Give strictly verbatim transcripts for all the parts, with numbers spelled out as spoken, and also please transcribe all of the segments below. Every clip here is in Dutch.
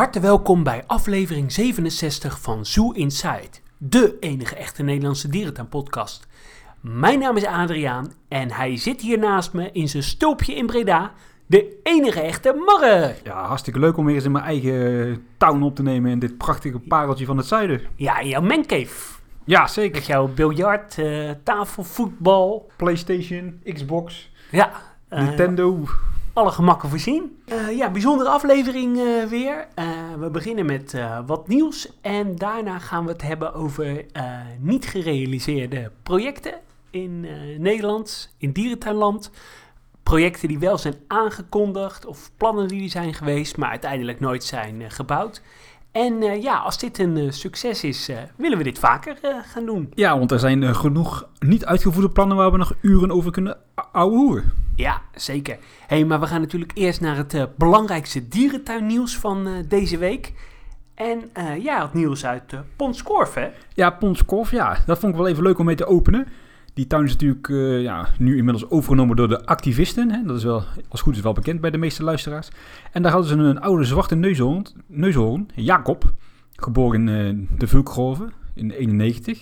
harte welkom bij aflevering zevenenzestig van Zoo Inside, de enige echte Nederlandse dierentuinpodcast. Mijn naam is Adriaan en hij zit hier naast me in zijn stulpje in Breda, de enige echte Marre. Ja, hartstikke leuk om weer eens in mijn eigen tuin op te nemen in dit prachtige pareltje van het zuiden. Ja, in jouw mancave. Ja, zeker. Met jouw biljart, uh, tafelvoetbal. PlayStation, Xbox, Ja. Uh, Nintendo. Alle gemakken voorzien. Uh, ja, bijzondere aflevering uh, weer. Uh, we beginnen met uh, wat nieuws. En daarna gaan we het hebben over uh, niet gerealiseerde projecten in uh, Nederland, in dierentuinland. Projecten die wel zijn aangekondigd of plannen die zijn geweest, maar uiteindelijk nooit zijn uh, gebouwd. En uh, ja, als dit een uh, succes is, uh, willen we dit vaker uh, gaan doen. Ja, want er zijn uh, genoeg niet uitgevoerde plannen waar we nog uren over kunnen ouwehoeren. Ja, zeker. Hey, maar we gaan natuurlijk eerst naar het uh, belangrijkste dierentuinnieuws van uh, deze week. En uh, ja, het nieuws uit uh, Ponskorf, hè? Ja, Ponskorf, ja. Dat vond ik wel even leuk om mee te openen. Die tuin is natuurlijk uh, ja, nu inmiddels overgenomen door de activisten. Hè? Dat is wel, als het goed is, wel bekend bij de meeste luisteraars. En daar hadden ze een oude zwarte neushoorn, neushoorn Jacob, geboren in uh, de Vulkgrove in eenennegentig.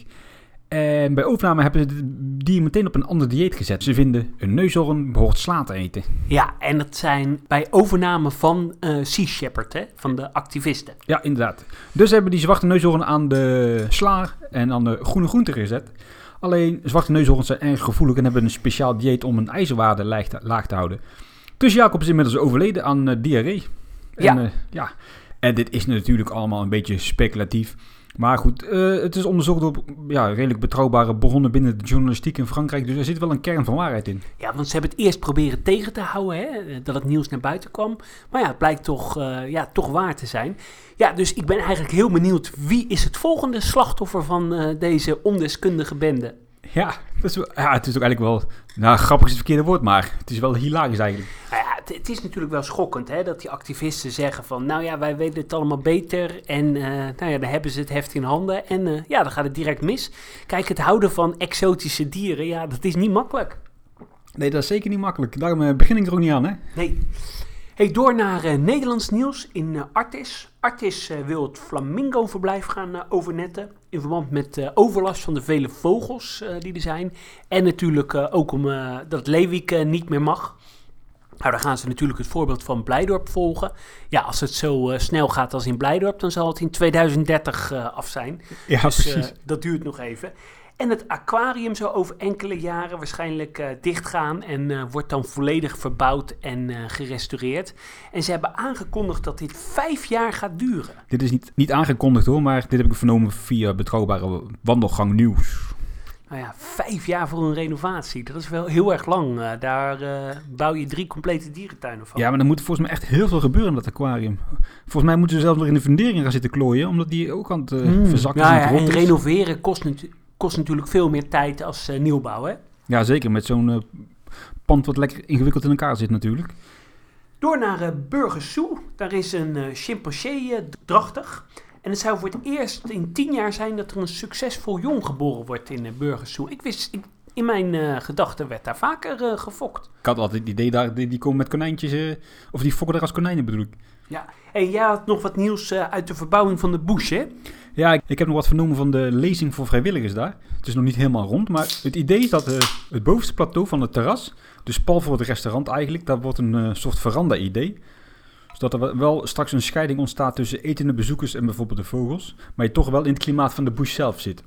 En bij overname hebben ze die meteen op een ander dieet gezet. Ze vinden een neushoorn behoort sla te eten. Ja, en dat zijn bij overname van uh, Sea Shepherd, hè? Van de activisten. Ja, inderdaad. Dus hebben die zwarte neushoorn aan de sla en aan de groene groente gezet. Alleen zwarte neushoorns zijn erg gevoelig en hebben een speciaal dieet om een ijzerwaarde laag te, laag te houden. Dus Jacob is inmiddels overleden aan uh, diarree. En, ja. Uh, ja. En dit is natuurlijk allemaal een beetje speculatief. Maar goed, uh, het is onderzocht door ja, redelijk betrouwbare bronnen binnen de journalistiek in Frankrijk. Dus er zit wel een kern van waarheid in. Ja, want ze hebben het eerst proberen tegen te houden, hè, dat het nieuws naar buiten kwam. Maar ja, het blijkt toch, uh, ja, toch waar te zijn. Ja, dus ik ben eigenlijk heel benieuwd, wie is het volgende slachtoffer van uh, deze ondeskundige bende? Ja, dat is, ja, het is ook eigenlijk wel, nou grappig is het verkeerde woord, maar het is wel hilarisch eigenlijk. Nou ja, het, het is natuurlijk wel schokkend, hè, dat die activisten zeggen van, nou ja, wij weten het allemaal beter en uh, nou ja, dan hebben ze het heft in handen en uh, ja, dan gaat het direct mis. Kijk, het houden van exotische dieren, ja, dat is niet makkelijk. Nee, dat is zeker niet makkelijk. Daarom uh, begin ik er ook niet aan, hè? Nee. Hey, door naar uh, Nederlands nieuws in uh, Artis. Artis uh, wil het flamingo-verblijf gaan uh, overnetten in verband met uh, overlast van de vele vogels uh, die er zijn. En natuurlijk uh, ook om uh, dat Leeuwik uh, niet meer mag. Nou, daar gaan ze natuurlijk het voorbeeld van Blijdorp volgen. Ja, als het zo uh, snel gaat als in Blijdorp, dan zal het in tweeduizend dertig uh, af zijn. Ja, dus precies. Uh, dat duurt nog even. En het aquarium zou over enkele jaren waarschijnlijk uh, dichtgaan en uh, wordt dan volledig verbouwd en uh, gerestaureerd. En ze hebben aangekondigd dat dit vijf jaar gaat duren. Dit is niet, niet aangekondigd hoor, maar dit heb ik vernomen via betrouwbare wandelgang nieuws. Nou ja, vijf jaar voor een renovatie, dat is wel heel erg lang. Uh, daar uh, bouw je drie complete dierentuinen van. Ja, maar dan moet volgens mij echt heel veel gebeuren in dat aquarium. Volgens mij moeten ze zelfs nog in de fundering gaan zitten klooien, omdat die ook aan het uh, mm. verzakken is. Nou en ja, het en rot is. renoveren kost natuurlijk... kost natuurlijk veel meer tijd als uh, nieuwbouw, hè? Ja, zeker. Met zo'n uh, pand wat lekker ingewikkeld in elkaar zit natuurlijk. Door naar uh, Burgers Zoo. Daar is een uh, chimpansee uh, drachtig. En het zou voor het eerst in tien jaar zijn dat er een succesvol jong geboren wordt in uh, Burgers Zoo. Ik wist... Ik, in mijn uh, gedachten werd daar vaker uh, gefokt. Ik had altijd het idee, daar, die, die komen met konijntjes... Uh, of die fokken daar als konijnen bedoel ik. Ja, en jij had nog wat nieuws uh, uit de verbouwing van de bush, hè? Ja, ik, ik heb nog wat vernomen van de lezing voor vrijwilligers daar. Het is nog niet helemaal rond, maar het idee is dat uh, het bovenste plateau van het terras, dus pal voor het restaurant eigenlijk, daar wordt een uh, soort veranda-idee. Zodat er wel straks een scheiding ontstaat tussen etende bezoekers en bijvoorbeeld de vogels, maar je toch wel in het klimaat van de bush zelf zit.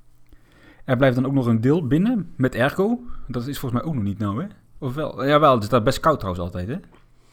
Er blijft dan ook nog een deel binnen met airco. Dat is volgens mij ook nog niet nou, hè? Of wel? Jawel, het is daar best koud trouwens altijd, hè?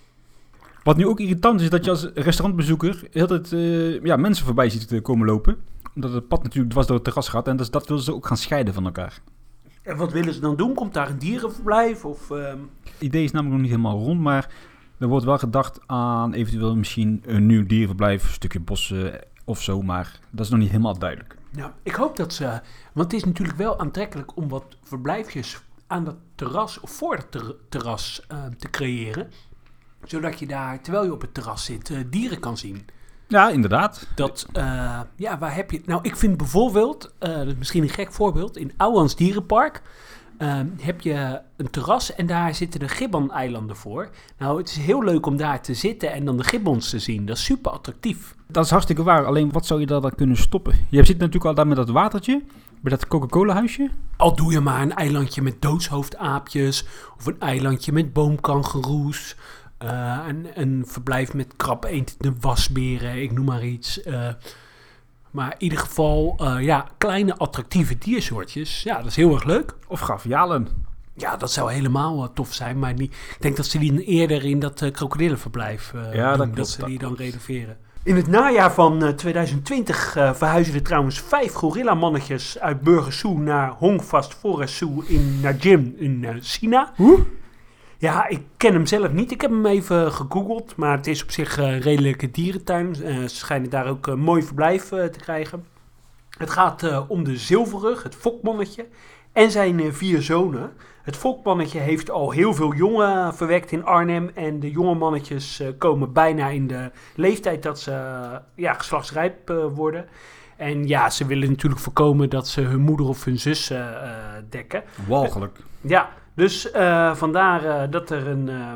Wat nu ook irritant is, is dat je als restaurantbezoeker heel tijd uh, ja, mensen voorbij ziet komen lopen. Omdat het pad natuurlijk dwars door het terras gaat. En dus dat willen ze ook gaan scheiden van elkaar. En wat willen ze dan doen? Komt daar een dierenverblijf? Of, uh... Het idee is namelijk nog niet helemaal rond, maar er wordt wel gedacht aan eventueel misschien een nieuw dierenverblijf, een stukje bos uh, of zo. Maar dat is nog niet helemaal duidelijk. Nou, ik hoop dat ze... Want het is natuurlijk wel aantrekkelijk om wat verblijfjes aan dat terras of voor het ter- terras uh, te creëren. Zodat je daar, terwijl je op het terras zit, uh, dieren kan zien. Ja, inderdaad. Dat, uh, ja, waar heb je... Nou, ik vind bijvoorbeeld, uh, dat is misschien een gek voorbeeld, in Ouwans Dierenpark uh, heb je een terras en daar zitten de Gibbon-eilanden voor. Nou, het is heel leuk om daar te zitten en dan de gibbons te zien. Dat is super attractief. Dat is hartstikke waar. Alleen wat zou je daar dan kunnen stoppen? Je zit natuurlijk al daar met dat watertje, bij dat Coca-Cola huisje. Al doe je maar een eilandje met doodshoofdaapjes of een eilandje met boomkangeroes. Uh, een, een verblijf met krab-eetende wasberen, ik noem maar iets. Uh, maar in ieder geval, uh, ja, kleine attractieve diersoortjes. Ja, dat is heel erg leuk. Of gavialen. Ja, dat zou helemaal uh, tof zijn. Maar die, ik denk dat ze die eerder in dat uh, krokodillenverblijf uh, ja, doen. Dat, dat, klopt, ze dat die klopt. dan renoveren. In het najaar van uh, tweeduizend twintig uh, verhuizen er trouwens vijf gorillamannetjes uit Burger Zoo naar Hongfast Forest Zoo in Najim in uh, China. Hoe? Ja, ik ken hem zelf niet. Ik heb hem even gegoogeld, maar het is op zich een uh, redelijke dierentuin. Uh, ze schijnen daar ook een mooi verblijf uh, te krijgen. Het gaat uh, om de zilverrug, het fokmannetje, en zijn uh, vier zonen. Het fokmannetje heeft al heel veel jongen verwekt in Arnhem. En de jonge mannetjes uh, komen bijna in de leeftijd dat ze uh, ja, geslachtsrijp uh, worden. En ja, ze willen natuurlijk voorkomen dat ze hun moeder of hun zus uh, uh, dekken. Walgelijk. Uh, ja, dus uh, vandaar uh, dat er een uh,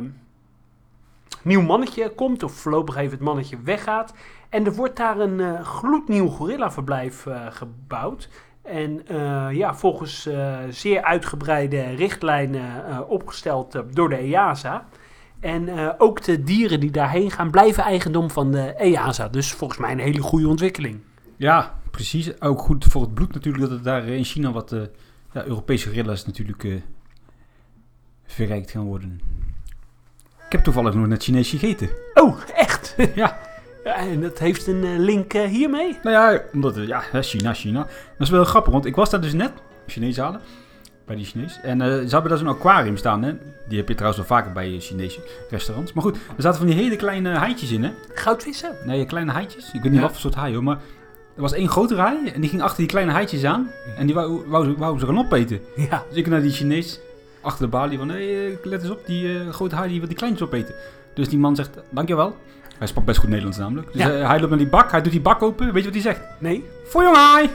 nieuw mannetje komt. Of voorlopig even het mannetje weggaat. En er wordt daar een uh, gloednieuw gorillaverblijf uh, gebouwd. En uh, ja, volgens uh, zeer uitgebreide richtlijnen uh, opgesteld uh, door de E A S A. En uh, ook de dieren die daarheen gaan blijven eigendom van de E A S A. Dus volgens mij een hele goede ontwikkeling. Ja, precies. Ook goed voor het bloed natuurlijk dat het daar in China wat uh, ja, Europese gorillas natuurlijk uh, verrijkt gaan worden. Ik heb toevallig nog net Chinees gegeten. Oh, echt? Ja. Ja, en dat heeft een uh, link uh, hiermee? Nou ja, omdat, uh, ja, China, China. Dat is wel grappig, want ik was daar dus net, Chinees halen, bij die Chinees. En uh, ze hebben daar zo'n aquarium staan, hè. Die heb je trouwens wel vaker bij uh, Chinese restaurants. Maar goed, er zaten van die hele kleine haaitjes in, hè. Goudvissen? Nee, kleine haaitjes. Ik weet niet ja. wat voor soort haai, hoor, maar er was één grotere haai en die ging achter die kleine haaitjes aan. En die wou, wou, wou ze gaan opeten. Ja. Dus ik naar die Chinees achter de balie van, hé, hey, let eens op, die uh, grote haai die wil die kleintjes opeten. Dus die man zegt, dankjewel. Hij sprak best goed Nederlands namelijk. Dus ja. uh, hij loopt naar die bak, hij doet die bak open. Weet je wat hij zegt? Nee. Voor jong haai!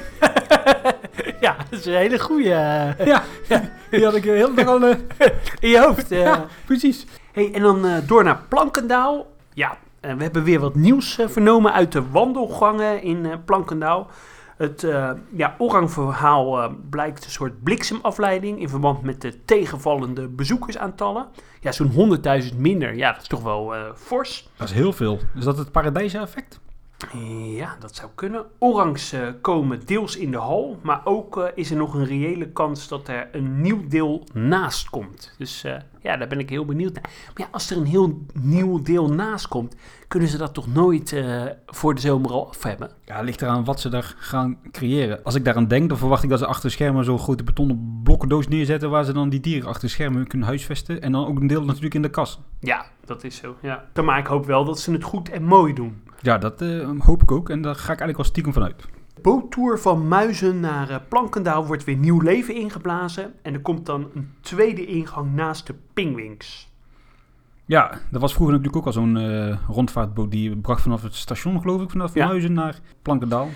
Ja, dat is een hele goeie. Uh, ja, ja, die had ik uh, heel dag al uh, in je hoofd. Uh. Ja, precies. Hey, en dan uh, door naar Plankendaal. Ja, uh, we hebben weer wat nieuws uh, vernomen uit de wandelgangen in uh, Plankendaal. Het uh, ja, orangverhaal uh, blijkt een soort bliksemafleiding in verband met de tegenvallende bezoekersaantallen. Ja, zo'n honderdduizend minder. Ja, dat is toch wel uh, fors. Dat is heel veel. Is dat het paradijs-effect? Ja, dat zou kunnen. Orangs uh, komen deels in de hal, maar ook uh, is er nog een reële kans dat er een nieuw deel naast komt. Dus uh, ja, daar ben ik heel benieuwd naar. Maar ja, als er een heel nieuw deel naast komt, kunnen ze dat toch nooit uh, voor de zomer al af hebben? Ja, het ligt eraan wat ze daar gaan creëren. Als ik daaraan denk, dan verwacht ik dat ze achter schermen zo'n grote betonnen blokkendoos neerzetten waar ze dan die dieren achter schermen kunnen huisvesten. En dan ook een deel natuurlijk in de kas. Ja, dat is zo. Ja. Maar ik hoop wel dat ze het goed en mooi doen. Ja, dat uh, hoop ik ook en daar ga ik eigenlijk wel stiekem van uit. Boottour van Muizen naar uh, Plankendaal wordt weer nieuw leven ingeblazen. En er komt dan een tweede ingang naast de Pingwings. Ja, dat was vroeger natuurlijk ook al zo'n uh, rondvaartboot die bracht vanaf het station, geloof ik, vanaf ja. Muizen naar Plankendaal.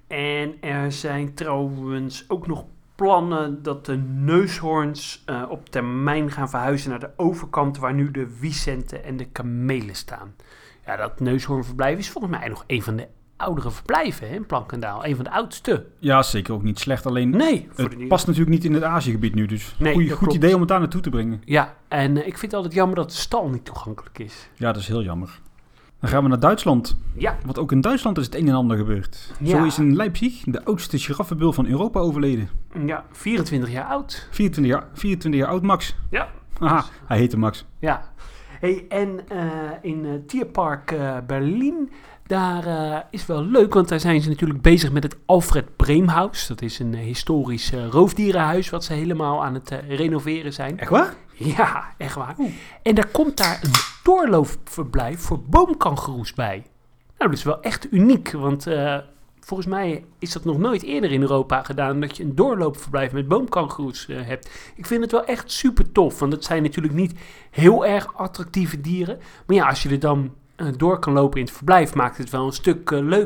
En er zijn trouwens ook nog plannen dat de neushoorns uh, op termijn gaan verhuizen naar de overkant waar nu de wiesenten en de kamelen staan. Ja, dat neushoornverblijf is volgens mij nog een van de oudere verblijven hè, in Plankendaal. Een van de oudste. Ja, zeker ook niet slecht. Alleen nee, het past natuurlijk niet in het Aziëgebied nu. Dus nee, goeie, goed klopt. idee om het daar naartoe te brengen. Ja, en uh, ik vind het altijd jammer dat de stal niet toegankelijk is. Ja, dat is heel jammer. Dan gaan we naar Duitsland. Ja. Want ook in Duitsland is het een en ander gebeurd. Ja. Zo is in Leipzig de oudste giraffenbul van Europa overleden. Ja, vierentwintig jaar oud. vierentwintig jaar, vierentwintig jaar oud, Max. Ja. Haha, hij heette Max. Ja. Hey, en uh, in uh, Tierpark uh, Berlin, daar uh, is wel leuk, want daar zijn ze natuurlijk bezig met het Alfred Breemhuis. Dat is een uh, historisch uh, roofdierenhuis wat ze helemaal aan het uh, renoveren zijn. Echt waar? Ja, echt waar. Oeh. En daar komt daar een doorloopverblijf voor boomkangoeroes bij. Nou, dat is wel echt uniek, want uh, volgens mij is dat nog nooit eerder in Europa gedaan, dat je een doorloopverblijf met boomkangoeroes uh, hebt. Ik vind het wel echt super tof, want het zijn natuurlijk niet heel erg attractieve dieren. Maar ja, als je er dan uh, door kan lopen in het verblijf, maakt het wel een stuk uh, leuker.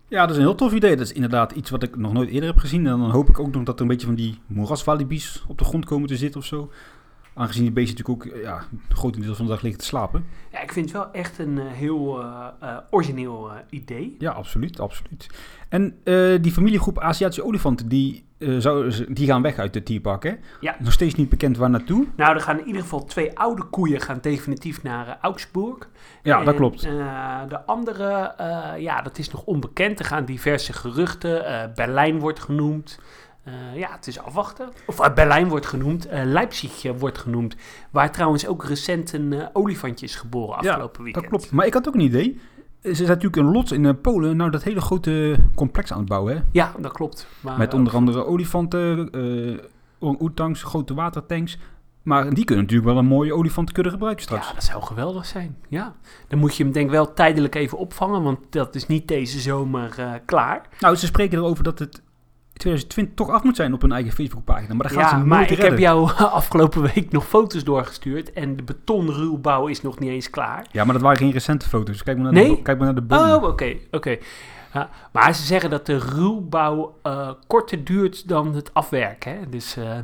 Ja, dat is een heel tof idee. Dat is inderdaad iets wat ik nog nooit eerder heb gezien. En dan hoop ik ook nog dat er een beetje van die moeraswalibi's op de grond komen te zitten of zo. Aangezien die beesten natuurlijk ook ja, grotendeels van de dag liggen te slapen. Ja, ik vind het wel echt een uh, heel uh, uh, origineel uh, idee. Ja, absoluut, absoluut. En uh, die familiegroep Aziatische olifanten, die, uh, zou, die gaan weg uit het dierpark, hè? Ja. Nog steeds niet bekend waar naartoe. Nou, er gaan in ieder geval twee oude koeien gaan definitief naar uh, Augsburg. Ja, en, dat klopt. Uh, de andere, uh, ja, dat is nog onbekend. Er gaan diverse geruchten. Uh, Berlijn wordt genoemd. Uh, ja, het is afwachten. Of uh, Berlijn wordt genoemd, uh, Leipzig uh, wordt genoemd. Waar trouwens ook recent een uh, olifantje is geboren afgelopen ja, weekend. Dat klopt. Maar ik had ook een idee. Ze zijn natuurlijk een lot in uh, Polen, nou dat hele grote complex aan het bouwen, hè? Ja, dat klopt. Maar, Met onder andere olifanten, uh, orang-oetangs, grote watertanks. Maar die kunnen natuurlijk wel een mooie olifantenkudde gebruiken straks. Ja, dat zou geweldig zijn. Ja. Dan moet je hem denk ik wel tijdelijk even opvangen, want dat is niet deze zomer uh, klaar. Nou, ze spreken erover dat het twintig twintig toch af moet zijn op hun eigen Facebookpagina. Maar dan gaan ja, ze maar nooit ik redden. heb jou afgelopen week nog foto's doorgestuurd en de betonruwbouw is nog niet eens klaar. Ja, maar dat waren geen recente foto's. Kijk maar naar Nee? de, kijk maar naar de bomen. Oh, oké, okay, oké. Okay. Ja, maar ze zeggen dat de ruwbouw uh, korter duurt dan het afwerken. Hè? Dus uh, ja,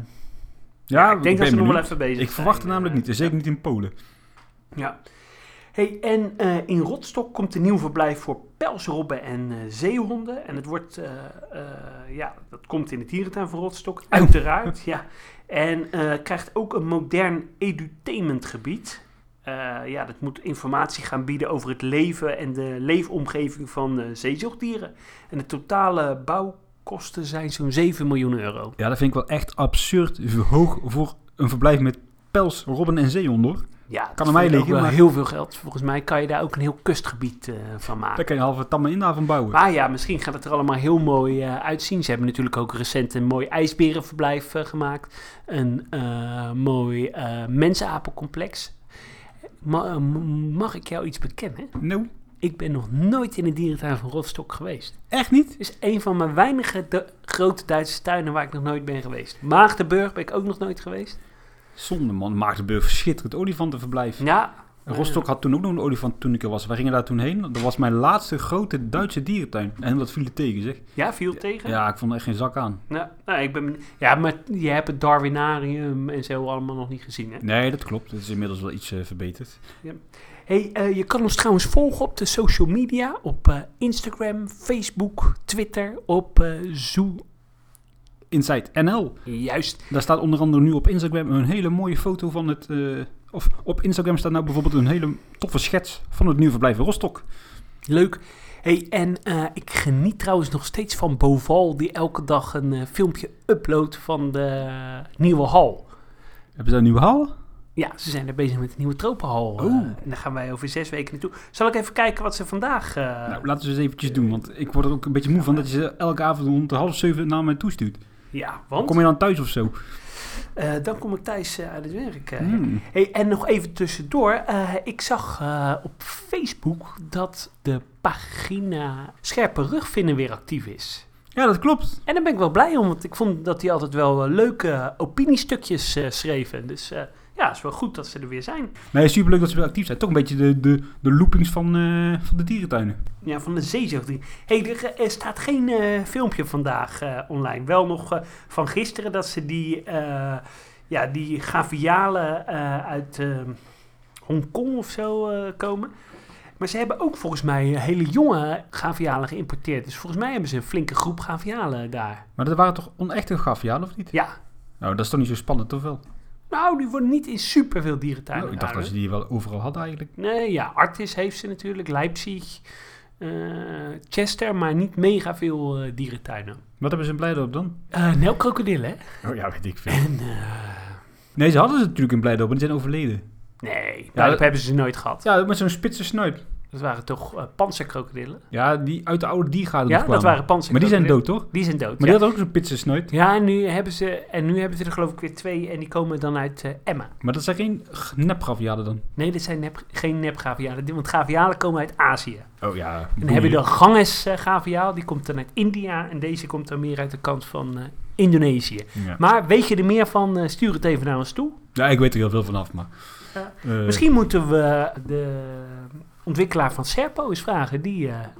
ja, ik denk ik dat ze nog wel even bezig zijn. Ik verwacht het namelijk niet, zeker niet in Polen. Ja. Hey, en uh, in Rostock komt een nieuw verblijf voor pelsrobben en uh, zeehonden. En het wordt, uh, uh, ja, dat komt in de dierentuin van Rostock, uiteraard. ja. En uh, krijgt ook een modern edutainmentgebied. Uh, ja, dat moet informatie gaan bieden over het leven en de leefomgeving van uh, zeezoogdieren. En de totale bouwkosten zijn zo'n zeven miljoen euro. Ja, dat vind ik wel echt absurd hoog voor een verblijf met pels, robben en zeehonden, hoor. Ja, kan er mij liggen, wel maar heel veel geld. Volgens mij kan je daar ook een heel kustgebied uh, van maken. Daar kan je een halve tamme inda van bouwen. Maar ja, misschien gaat het er allemaal heel mooi uh, uitzien. Ze hebben natuurlijk ook recent een mooi ijsberenverblijf uh, gemaakt. Een uh, mooi uh, mensenapencomplex. Ma- uh, mag ik jou iets bekennen? Nou? Ik ben nog nooit in de dierentuin van Rostock geweest. Echt niet? Het is een van mijn weinige de- grote Duitse tuinen waar ik nog nooit ben geweest. Maagdenburg ben ik ook nog nooit geweest. Zonde, man. Maagdenburg, schitterend olifantenverblijf. Ja. En Rostock had toen ook nog een olifant toen ik er was. Wij gingen daar toen heen. Dat was mijn laatste grote Duitse dierentuin. En dat viel er tegen, zeg. Ja, viel tegen? Ja, ik vond er echt geen zak aan. Ja, nou, ik ben, ja, maar je hebt het Darwinarium en zo allemaal nog niet gezien, hè? Nee, dat klopt. Het is inmiddels wel iets uh, verbeterd. Ja. Hey, uh, je kan ons trouwens volgen op de social media. Op uh, Instagram, Facebook, Twitter, op uh, Zoo. Inside N L. Juist. Daar staat onder andere nu op Instagram een hele mooie foto van het... Uh, of op Instagram staat nou bijvoorbeeld een hele toffe schets van het nieuwe verblijf in Rostock. Leuk. Hey, en uh, ik geniet trouwens nog steeds van Boval, die elke dag een uh, filmpje uploadt van de nieuwe hal. Hebben ze een nieuwe hal? Ja, ze zijn er bezig met een nieuwe tropenhal. Oh. Uh, en daar gaan wij over zes weken naartoe. Zal ik even kijken wat ze vandaag... Uh, nou, laten we eens eventjes doen, want ik word er ook een beetje moe van dat je ze elke avond rond de half zeven naar mij toestuurt. Ja, want... Kom je dan thuis of zo? Uh, dan kom ik thuis uh, uit het werk. Uh. Hmm. Hey, en nog even tussendoor. Uh, ik zag uh, op Facebook dat de pagina Scherpe Rugvinnen weer actief is. Ja, dat klopt. En daar ben ik wel blij om, want ik vond dat die altijd wel uh, leuke opiniestukjes uh, schreven. Dus uh, ja, het is wel goed dat ze er weer zijn. Nee, superleuk dat ze weer actief zijn. Toch een beetje de, de, de loopings van, uh, van de dierentuinen. Ja, van de zeezoogdieren. Hey, er, er staat geen uh, filmpje vandaag uh, online. Wel nog uh, van gisteren dat ze die, uh, ja, die gavialen uh, uit uh, Hongkong of zo uh, komen. Maar ze hebben ook volgens mij hele jonge gavialen geïmporteerd. Dus volgens mij hebben ze een flinke groep gavialen daar. Maar dat waren toch onechte gavialen, of niet? Ja. Nou, dat is toch niet zo spannend, of wel? Nou, die worden niet in superveel dierentuinen. Nou, ik dacht daar, dat ze die wel overal hadden eigenlijk. Nee, ja, Artis heeft ze natuurlijk, Leipzig, uh, Chester, maar niet mega veel uh, dierentuinen. Wat hebben ze in Blijdorp dan? Uh, Nelkrokodillen, hè? Oh ja, weet ik veel. En, uh, nee, ze hadden ze natuurlijk in Blijdorp, maar die zijn overleden. nee, Ja, dat dat hebben ze nooit gehad. Ja, met zo'n spitse snuit. Dat waren toch uh, panzerkrokodillen? Ja, die uit de oude diergaarden Ja, nog kwamen. dat waren Maar die panzerkrokodillen. zijn dood, toch? Die zijn dood, Maar ja. die hadden ook zo'n pitse snuit. Ja, en nu, hebben ze, en nu hebben ze er geloof ik weer twee en die komen dan uit uh, Emma. Maar dat zijn geen nepgavialen dan? Nee, dit zijn nep, geen nepgavialen, want gavialen komen uit Azië. Oh ja. En dan heb je de Ganges uh, gaviaal, die komt dan uit India en deze komt dan meer uit de kant van uh, Indonesië. Ja. Maar weet je er meer van, uh, stuur het even naar ons toe. Ja, ik weet er heel veel vanaf, maar... Ja. Uh, Misschien moeten we de ontwikkelaar van Serpo eens vragen, die uh,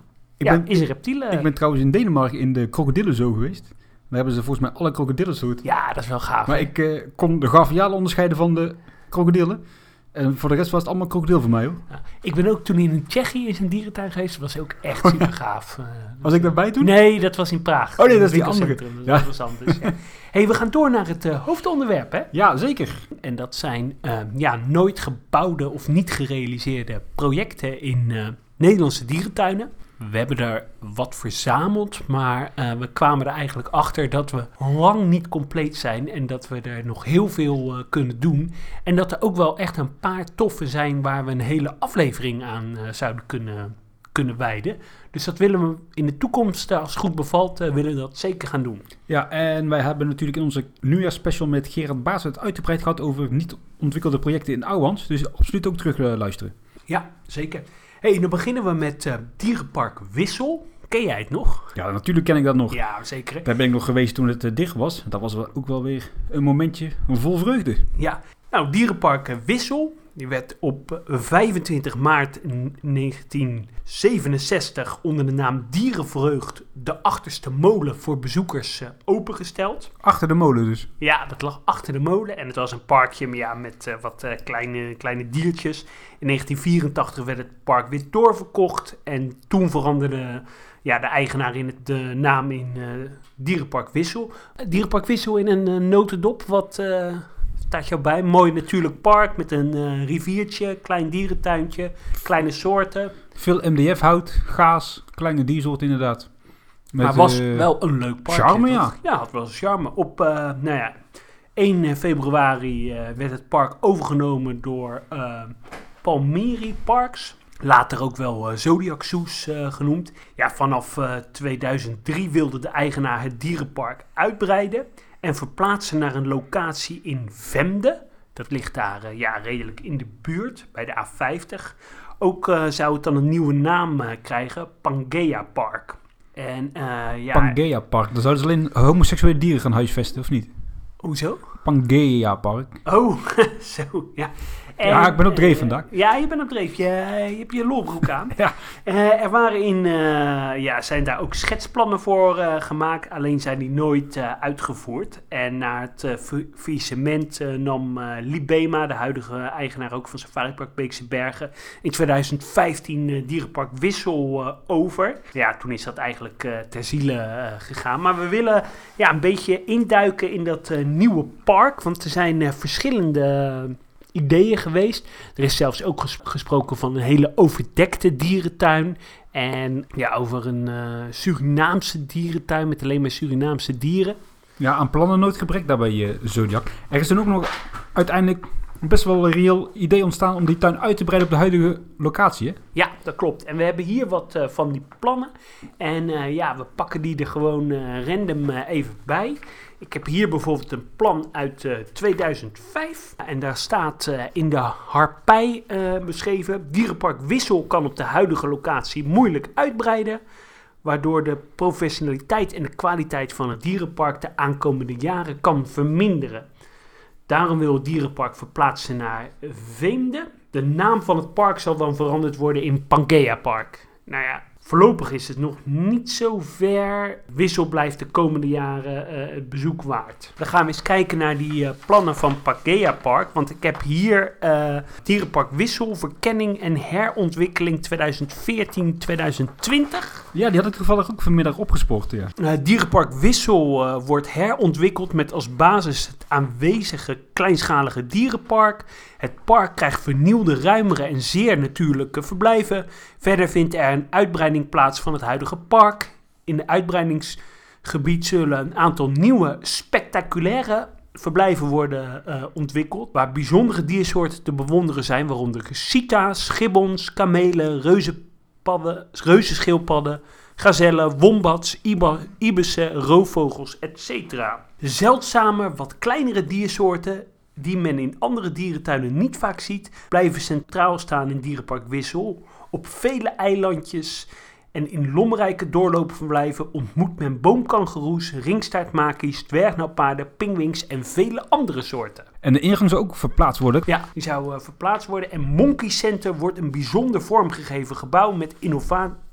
Ik ja, ben, is een reptielen. Ik ben trouwens in Denemarken in de krokodillenzoo geweest. Daar hebben ze volgens mij alle krokodillensoorten. Ja, dat is wel gaaf. Maar hè? ik uh, kon de gavialen onderscheiden van de krokodillen. En voor de rest was het allemaal krokodil voor mij, hoor. Ja, ik ben ook toen in Tsjechië in zijn dierentuin geweest. Dat was ook echt super gaaf. Uh, was ik daarbij toen? Nee, dat was in Praag. Oh nee, dat is die andere. Dat is ja. interessant. Dus, ja. Hey, we gaan door naar het uh, hoofdonderwerp, hè? Ja, zeker. En dat zijn uh, ja, nooit gebouwde of niet gerealiseerde projecten in uh, Nederlandse dierentuinen. We hebben er wat verzameld, maar uh, we kwamen er eigenlijk achter dat we lang niet compleet zijn en dat we er nog heel veel uh, kunnen doen. En dat er ook wel echt een paar toffe zijn waar we een hele aflevering aan uh, zouden kunnen, kunnen wijden. Dus dat willen we in de toekomst, uh, als het goed bevalt, uh, willen we dat zeker gaan doen. Ja, en wij hebben natuurlijk in onze nieuwjaarsspecial met Gerard Baas het uitgebreid gehad over niet ontwikkelde projecten in Ouwans. Dus absoluut ook terug uh, luisteren. Ja, zeker. Hey, dan beginnen we met uh, Dierenpark Wissel. Ken jij het nog? Ja, natuurlijk ken ik dat nog. Ja, zeker. Daar ben ik nog geweest toen het uh, dicht was. Dat was wel, ook wel weer een momentje vol vreugde. Ja, nou, Dierenpark Wissel. Die werd op vijfentwintig maart negentien zevenenzestig onder de naam Dierenvreugd de achterste molen voor bezoekers uh, opengesteld. Achter de molen dus? Ja, dat lag achter de molen en het was een parkje ja, met uh, wat uh, kleine, kleine diertjes. In negentien vierentachtig werd het park weer doorverkocht en toen veranderde ja, de eigenaar in het, de naam in uh, Dierenpark Wissel. Uh, Dierenpark Wissel in een uh, notendop, wat... Uh, staat jou bij. Mooi natuurlijk park met een uh, riviertje, klein dierentuintje, kleine soorten. Veel M D F-hout, gaas, kleine diersoorten inderdaad. Met, maar was uh, wel een leuk park. Charme, ja. Ja, het was charme. Op uh, nou ja, één februari uh, werd het park overgenomen door uh, Palmyri Parks. Later ook wel uh, Zodiac Zoos uh, genoemd. Ja, vanaf uh, tweeduizend drie wilde de eigenaar het dierenpark uitbreiden en verplaatsen naar een locatie in Vemde. Dat ligt daar uh, ja, redelijk in de buurt, bij de A vijftig. Ook uh, zou het dan een nieuwe naam uh, krijgen, Pangea Park. En, uh, ja, Pangea Park, dan zouden ze alleen homoseksuele dieren gaan huisvesten, of niet? Hoezo? Pangea Park. Oh, zo, ja. En, ja, ik ben op dreef vandaag. Uh, ja, je bent op dreef. Je, je hebt je lolbroek aan. ja. Uh, er waren in, uh, ja, zijn daar ook schetsplannen voor uh, gemaakt. Alleen zijn die nooit uh, uitgevoerd. En na het uh, faillissement uh, nam uh, Libema, de huidige eigenaar ook van Safari Park Beekse Bergen, in tweeduizend vijftien uh, Dierenpark Wissel uh, over. Ja, toen is dat eigenlijk uh, ter ziele uh, gegaan. Maar we willen ja, een beetje induiken in dat uh, nieuwe park. Want er zijn uh, verschillende Uh, ideeën geweest. Er is zelfs ook ges- gesproken van een hele overdekte dierentuin. En ja, over een uh, Surinaamse dierentuin met alleen maar Surinaamse dieren. Ja, aan plannen nooit gebrek daarbij, uh, Zodiac. Er is dan ook nog uiteindelijk best wel een reëel idee ontstaan om die tuin uit te breiden op de huidige locatie, hè? Ja, dat klopt. En we hebben hier wat uh, van die plannen. En uh, ja, we pakken die er gewoon uh, random uh, even bij. Ik heb hier bijvoorbeeld een plan uit uh, tweeduizend vijf. En daar staat uh, in de harpij uh, beschreven: Dierenpark Wissel kan op de huidige locatie moeilijk uitbreiden, waardoor de professionaliteit en de kwaliteit van het dierenpark de aankomende jaren kan verminderen. Daarom wil het dierenpark verplaatsen naar Veemde. De naam van het park zal dan veranderd worden in Pangea Park. Nou ja, voorlopig is het nog niet zo ver. Wissel blijft de komende jaren uh, het bezoek waard. Dan gaan we eens kijken naar die uh, plannen van Pangea Park. Want ik heb hier uh, Dierenpark Wissel, verkenning en herontwikkeling tweeduizend veertien tot tweeduizend twintig. Ja, die had ik toevallig ook vanmiddag opgespoord, ja. Uh, Dierenpark Wissel uh, wordt herontwikkeld met als basis het aanwezige kleinschalige dierenpark. Het park krijgt vernieuwde, ruimere en zeer natuurlijke verblijven. Verder vindt er een uitbreiding plaats van het huidige park. In de uitbreidingsgebied zullen een aantal nieuwe, spectaculaire verblijven worden uh, ontwikkeld, waar bijzondere diersoorten te bewonderen zijn, waaronder cheetahs, gibbons, kamelen, reuzenpadden, reuzenschildpadden, gazellen, wombats, iba, ibissen, roofvogels, et cetera. Zeldzame, wat kleinere diersoorten die men in andere dierentuinen niet vaak ziet, blijven centraal staan in Dierenpark Wissel. Op vele eilandjes en in lomrijke doorloopverblijven ontmoet men boomkangoeroes, ringstaartmakies, dwergnauwpaarden, pinguïns en vele andere soorten. En de ingang zou ook verplaatst worden? Ja, die zou uh, verplaatst worden. En Monkey Center wordt een bijzonder vormgegeven gebouw met innovatieve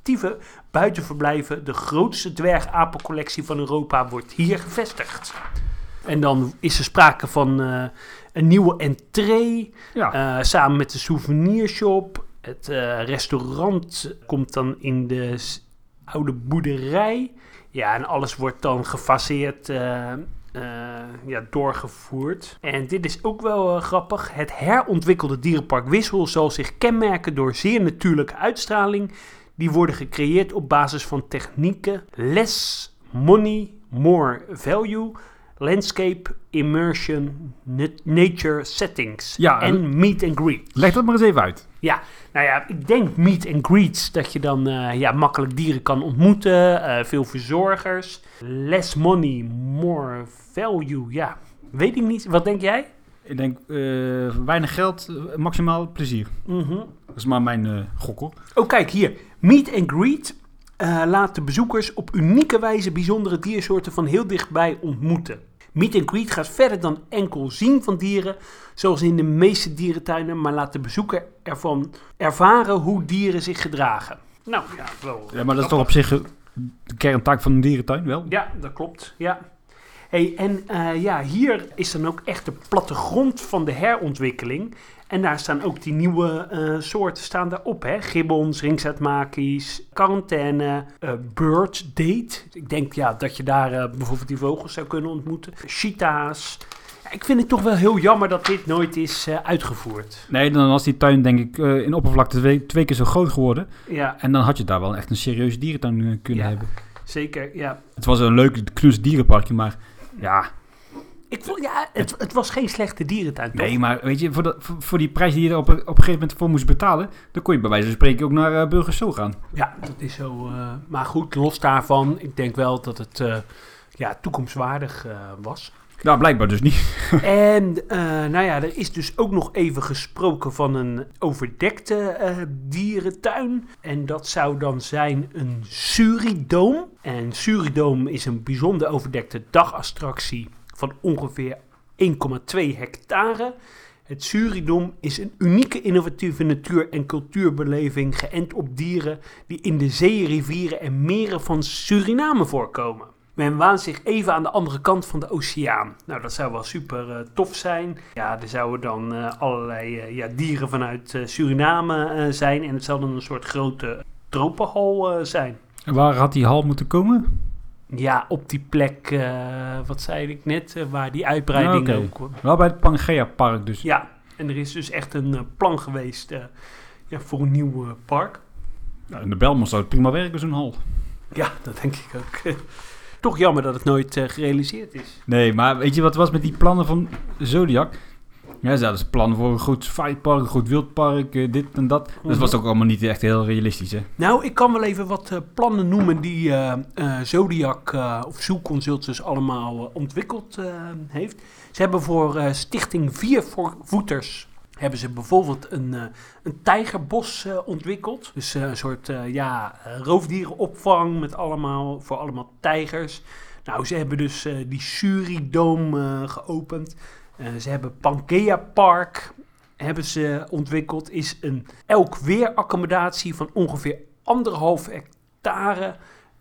innovatieve buitenverblijven. De grootste dwergapencollectie van Europa wordt hier gevestigd. En dan is er sprake van uh, een nieuwe entree, ja. uh, samen met de souvenirshop. Het uh, restaurant komt dan in de s- oude boerderij. Ja, en alles wordt dan gefaseerd uh, uh, ja, doorgevoerd. En dit is ook wel uh, grappig. Het herontwikkelde dierenpark Wissel zal zich kenmerken door zeer natuurlijke uitstraling. Die worden gecreëerd op basis van technieken less money, more value, landscape, immersion, nat- nature settings Ja, en meet and greet. Leg dat maar eens even uit. Ja, nou ja, ik denk meet and greets, dat je dan uh, ja, makkelijk dieren kan ontmoeten, uh, veel verzorgers. Less money, more value, ja, weet ik niet. Wat denk jij? Ik denk uh, weinig geld, uh, maximaal plezier. Mm-hmm. Dat is maar mijn uh, gok hoor. Oh, kijk hier. Meet and greet uh, laat de bezoekers op unieke wijze bijzondere diersoorten van heel dichtbij ontmoeten. Meet and greet gaat verder dan enkel zien van dieren, zoals in de meeste dierentuinen, maar laat de bezoeker ervan ervaren hoe dieren zich gedragen. Nou, ja, wel. Ja, maar dat is toch op zich uh, de kerntaak van een dierentuin, wel? Ja, dat klopt, ja. Hey, en uh, ja, hier is dan ook echt de plattegrond van de herontwikkeling. En daar staan ook die nieuwe uh, soorten staan daarop, hè. Gibbons, ringzoutmakies, quarantaine, uh, bird date. Ik denk ja, dat je daar uh, bijvoorbeeld die vogels zou kunnen ontmoeten. Cheetahs. Ja, ik vind het toch wel heel jammer dat dit nooit is uh, uitgevoerd. Nee, dan was die tuin denk ik uh, in oppervlakte twee, twee keer zo groot geworden. Ja. En dan had je daar wel echt een serieuze dierentuin uh, kunnen Ja, hebben. Zeker, ja. Het was een leuk knus dierenparkje, maar ja... Ik vond, ja, het, het was geen slechte dierentuin, toch? Nee, maar weet je, voor, de, voor, voor die prijs die je er op, op een gegeven moment voor moest betalen, dan kon je bij wijze van spreken ook naar uh, Burgers Zoo gaan. Ja, dat is zo. Uh, maar goed, los daarvan, ik denk wel dat het uh, ja, toekomstwaardig uh, was. Nou, blijkbaar dus niet. En uh, nou ja, er is dus ook nog even gesproken van een overdekte uh, dierentuin. En dat zou dan zijn een Suridoom. En Suridoom is een bijzonder overdekte dagattractie van ongeveer één komma twee hectare. Het Suridoom is een unieke innovatieve natuur- en cultuurbeleving geënt op dieren die in de zeeën, rivieren en meren van Suriname voorkomen. Men waant zich even aan de andere kant van de oceaan. Nou, dat zou wel super uh, tof zijn. Ja, er zouden dan uh, allerlei uh, ja, dieren vanuit uh, Suriname uh, zijn. En het zou dan een soort grote tropenhal uh, zijn. En waar had die hal moeten komen? Ja, op die plek, uh, wat zei ik net, uh, waar die uitbreiding Ja, okay. ook... Wel bij het Pangea Park dus. Ja, en er is dus echt een uh, plan geweest uh, ja, voor een nieuw uh, park. Nou, in de Belmont zou het prima werken, zo'n hal. Ja, dat denk ik ook. Toch jammer dat het nooit uh, gerealiseerd is. Nee, maar weet je wat was met die plannen van Zodiac? Ja, ze hadden plannen voor een groot safaripark, een groot wildpark, uh, dit en dat. Mm-hmm. Dat was ook allemaal niet echt heel realistisch, hè? Nou, ik kan wel even wat uh, plannen noemen die uh, uh, Zodiac uh, of Zoo Consultants allemaal uh, ontwikkeld uh, heeft. Ze hebben voor uh, Stichting Viervoeters hebben ze bijvoorbeeld een, uh, een tijgerbos uh, ontwikkeld. Dus uh, een soort uh, ja, roofdierenopvang met allemaal, voor allemaal tijgers. Nou, ze hebben dus uh, die Suridoom uh, geopend. Uh, ze hebben Pangea Park hebben ze ontwikkeld. Is een elk weeraccommodatie van ongeveer anderhalf hectare.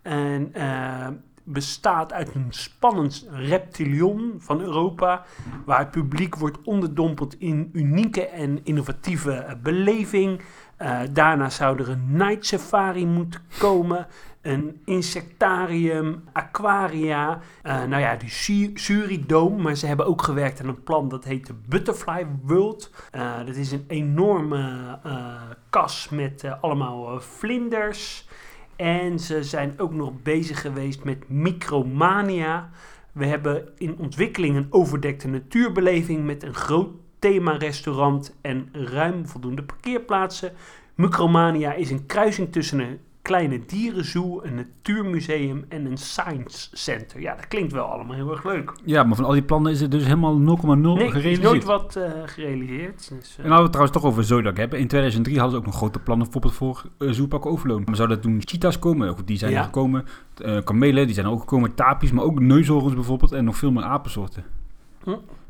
En uh, bestaat uit een spannend reptilion van Europa, waar het publiek wordt onderdompeld in unieke en innovatieve uh, beleving. Uh, daarna zou er een night safari moeten komen, een insectarium, aquaria, uh, nou ja, die Su- Suridoom, maar ze hebben ook gewerkt aan een plan dat heet de Butterfly World. Uh, dat is een enorme uh, kas met uh, allemaal uh, vlinders. En ze zijn ook nog bezig geweest met Micromania. We hebben in ontwikkeling een overdekte natuurbeleving met een groot thema-restaurant en ruim voldoende parkeerplaatsen. Micromania is een kruising tussen een kleine dierenzoo, een natuurmuseum en een science center. Ja, dat klinkt wel allemaal heel erg leuk. Ja, maar van al die plannen is het dus helemaal nul komma nul nee, gerealiseerd. Nee, is nooit wat uh, gerealiseerd. Dus, uh... En nou we het trouwens toch over Zodiac hebben. In tweeduizend drie hadden ze ook nog grote plannen bijvoorbeeld voor uh, Zoopark Overloon. Maar zouden toen cheetahs komen? Goed, die zijn ja. er gekomen. Uh, kamelen, die zijn er ook gekomen. Tapies, maar ook neushoorns bijvoorbeeld. En nog veel meer apensoorten. Hm?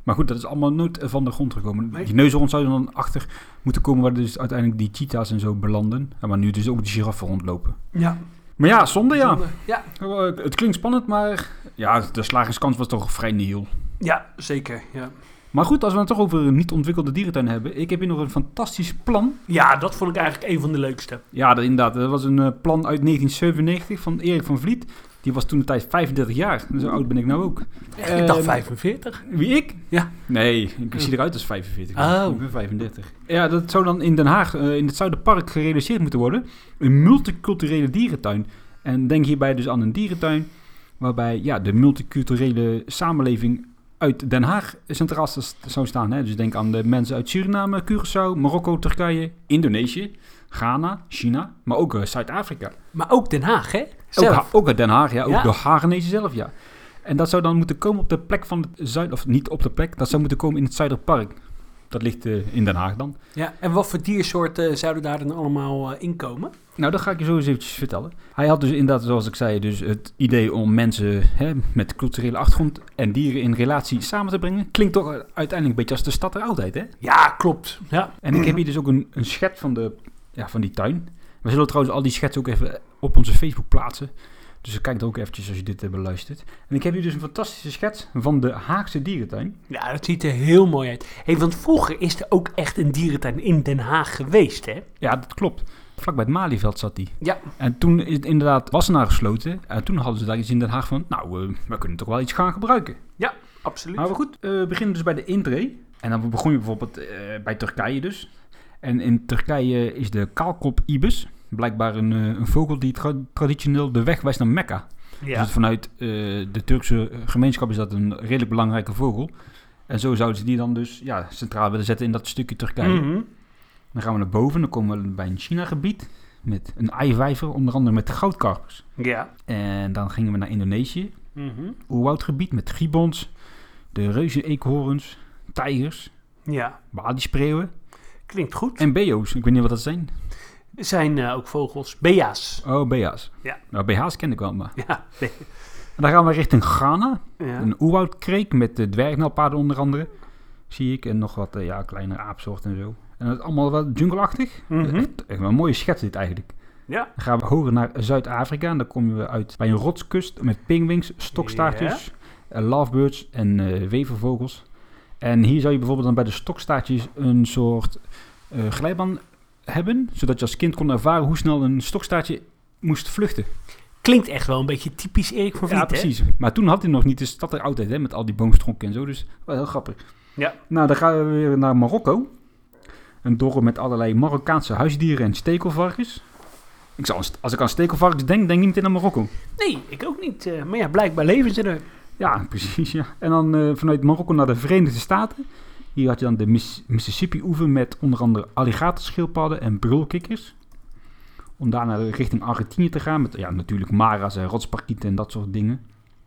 Maar goed, dat is allemaal nooit van de grond gekomen. Nee. Die neushoorns zouden dan achter moeten komen waar dus uiteindelijk die cheetahs en zo belanden. Ja, maar nu dus ook de giraffen rondlopen. Ja. Maar ja, zonde ja. Zonde. Ja. Uh, Het klinkt spannend, maar ja, de slagingskans was toch vrij nihil. Ja, zeker. Ja. Maar goed, als we het toch over een niet ontwikkelde dierentuin hebben. Ik heb hier nog een fantastisch plan. ja, dat vond ik eigenlijk een van de leukste. Ja, dat, inderdaad. Dat was een uh, plan uit negentien zevenennegentig van Erik van Vliet. Die was toen de tijd vijfendertig jaar. Zo oud ben ik nou ook. Ik dacht Uh, vijfenveertig. Wie, ik? Ja. Nee, ik zie eruit als vijfenveertig. Oh. Ik ben vijfendertig. Ja, dat zou dan in Den Haag, uh, in het Zuiderpark gerealiseerd moeten worden. Een multiculturele dierentuin. En denk hierbij dus aan een dierentuin waarbij ja, de multiculturele samenleving uit Den Haag centraal zou staan. Hè? Dus denk aan de mensen uit Suriname, Curaçao, Marokko, Turkije, Indonesië, Ghana, China, maar ook uh, Zuid-Afrika. Maar ook Den Haag, hè? Ook, Zelf. Ha- ook uit Den Haag, ja. Ook Ja. de Hagenezen zelf, ja. En dat zou dan moeten komen op de plek van het Zuid... Of niet op de plek, dat zou moeten komen in het Zuiderpark. Dat ligt uh, in Den Haag dan. Ja, en wat voor diersoorten zouden daar dan allemaal uh, in komen? Nou, dat ga ik je zo eens eventjes vertellen. Hij had dus inderdaad, zoals ik zei, dus het idee om mensen hè, met culturele achtergrond en dieren in relatie samen te brengen. Klinkt toch uiteindelijk een beetje als de stad er altijd, hè? Ja, klopt. Ja. En ik heb hier dus ook een, een schets van, de, ja, van die tuin. We zullen trouwens al die schetsen ook even op onze Facebook plaatsen. Dus kijk er ook eventjes als je dit hebt beluisterd. En ik heb hier dus een fantastische schets van de Haagse dierentuin. Ja, dat ziet er heel mooi uit. Hey, want vroeger is er ook echt een dierentuin in Den Haag geweest, hè? Ja, dat klopt. Vlak bij het Malieveld zat die. Ja. En toen is het inderdaad Wassenaar gesloten. En toen hadden ze daar iets in Den Haag van, nou, uh, we kunnen toch wel iets gaan gebruiken. Absoluut. Maar goed, uh, we beginnen dus bij de intree. En dan begon je bijvoorbeeld uh, bij Turkije dus. En in Turkije is de kaalkop ibis blijkbaar een, uh, een vogel die tra- traditioneel de weg wijst naar Mekka. Ja. Dus vanuit uh, de Turkse gemeenschap is dat een redelijk belangrijke vogel. En zo zouden ze die dan dus ja, centraal willen zetten in dat stukje Turkije. Mhm. Dan gaan we naar boven, dan komen we bij een China-gebied met een eivijver, onder andere met goudkarpers. Ja. En dan gingen we naar Indonesië, Mhm. oerwoudgebied met gibbons, de reuzen-eekhoorns, tijgers, Ja. baliespreeuwen Klinkt goed. en beo's. Ik weet niet wat dat zijn. Er zijn uh, ook vogels. Bea's. Oh, B H's. Ja. Nou, B H's ken ik wel, maar... Ja. Be- En dan gaan we richting Ghana. ja. Een oerwoudkreek met de dwergnelpaarden onder andere. Zie ik. En nog wat uh, ja, kleinere aapsoorten en zo. En dat is allemaal wel jungleachtig. Mhm. Echt, echt wel een mooie schets dit eigenlijk. Ja. Dan gaan we hoger naar Zuid-Afrika. En dan komen we uit bij een rotskust met pinguïns, stokstaartjes, uh, lovebirds en uh, wevervogels. En hier zou je bijvoorbeeld dan bij de stokstaartjes een soort uh, glijbaan hebben. Zodat je als kind kon ervaren hoe snel een stokstaartje moest vluchten. Klinkt echt wel een beetje typisch Erik van Vliet, Ja, precies. Maar toen had hij nog niet de stad er oudheid, hè, met al die boomstronken en zo. Dus wel heel grappig. Ja. Nou, dan gaan we weer naar Marokko. Een dorp met allerlei Marokkaanse huisdieren en stekelvarkens. Ik zou, als ik aan stekelvarkens denk, denk ik niet meteen aan Marokko. hè? Nee, ik ook niet. Uh, maar ja, blijkbaar leven ze er. Ja, precies, ja. En dan uh, vanuit Marokko naar de Verenigde Staten. Hier had je dan de Miss- Mississippi-oever met onder andere alligatorschildpadden en brulkikkers. Om daarna richting Argentinië te gaan met ja, natuurlijk mara's en rotsparkieten en dat soort dingen.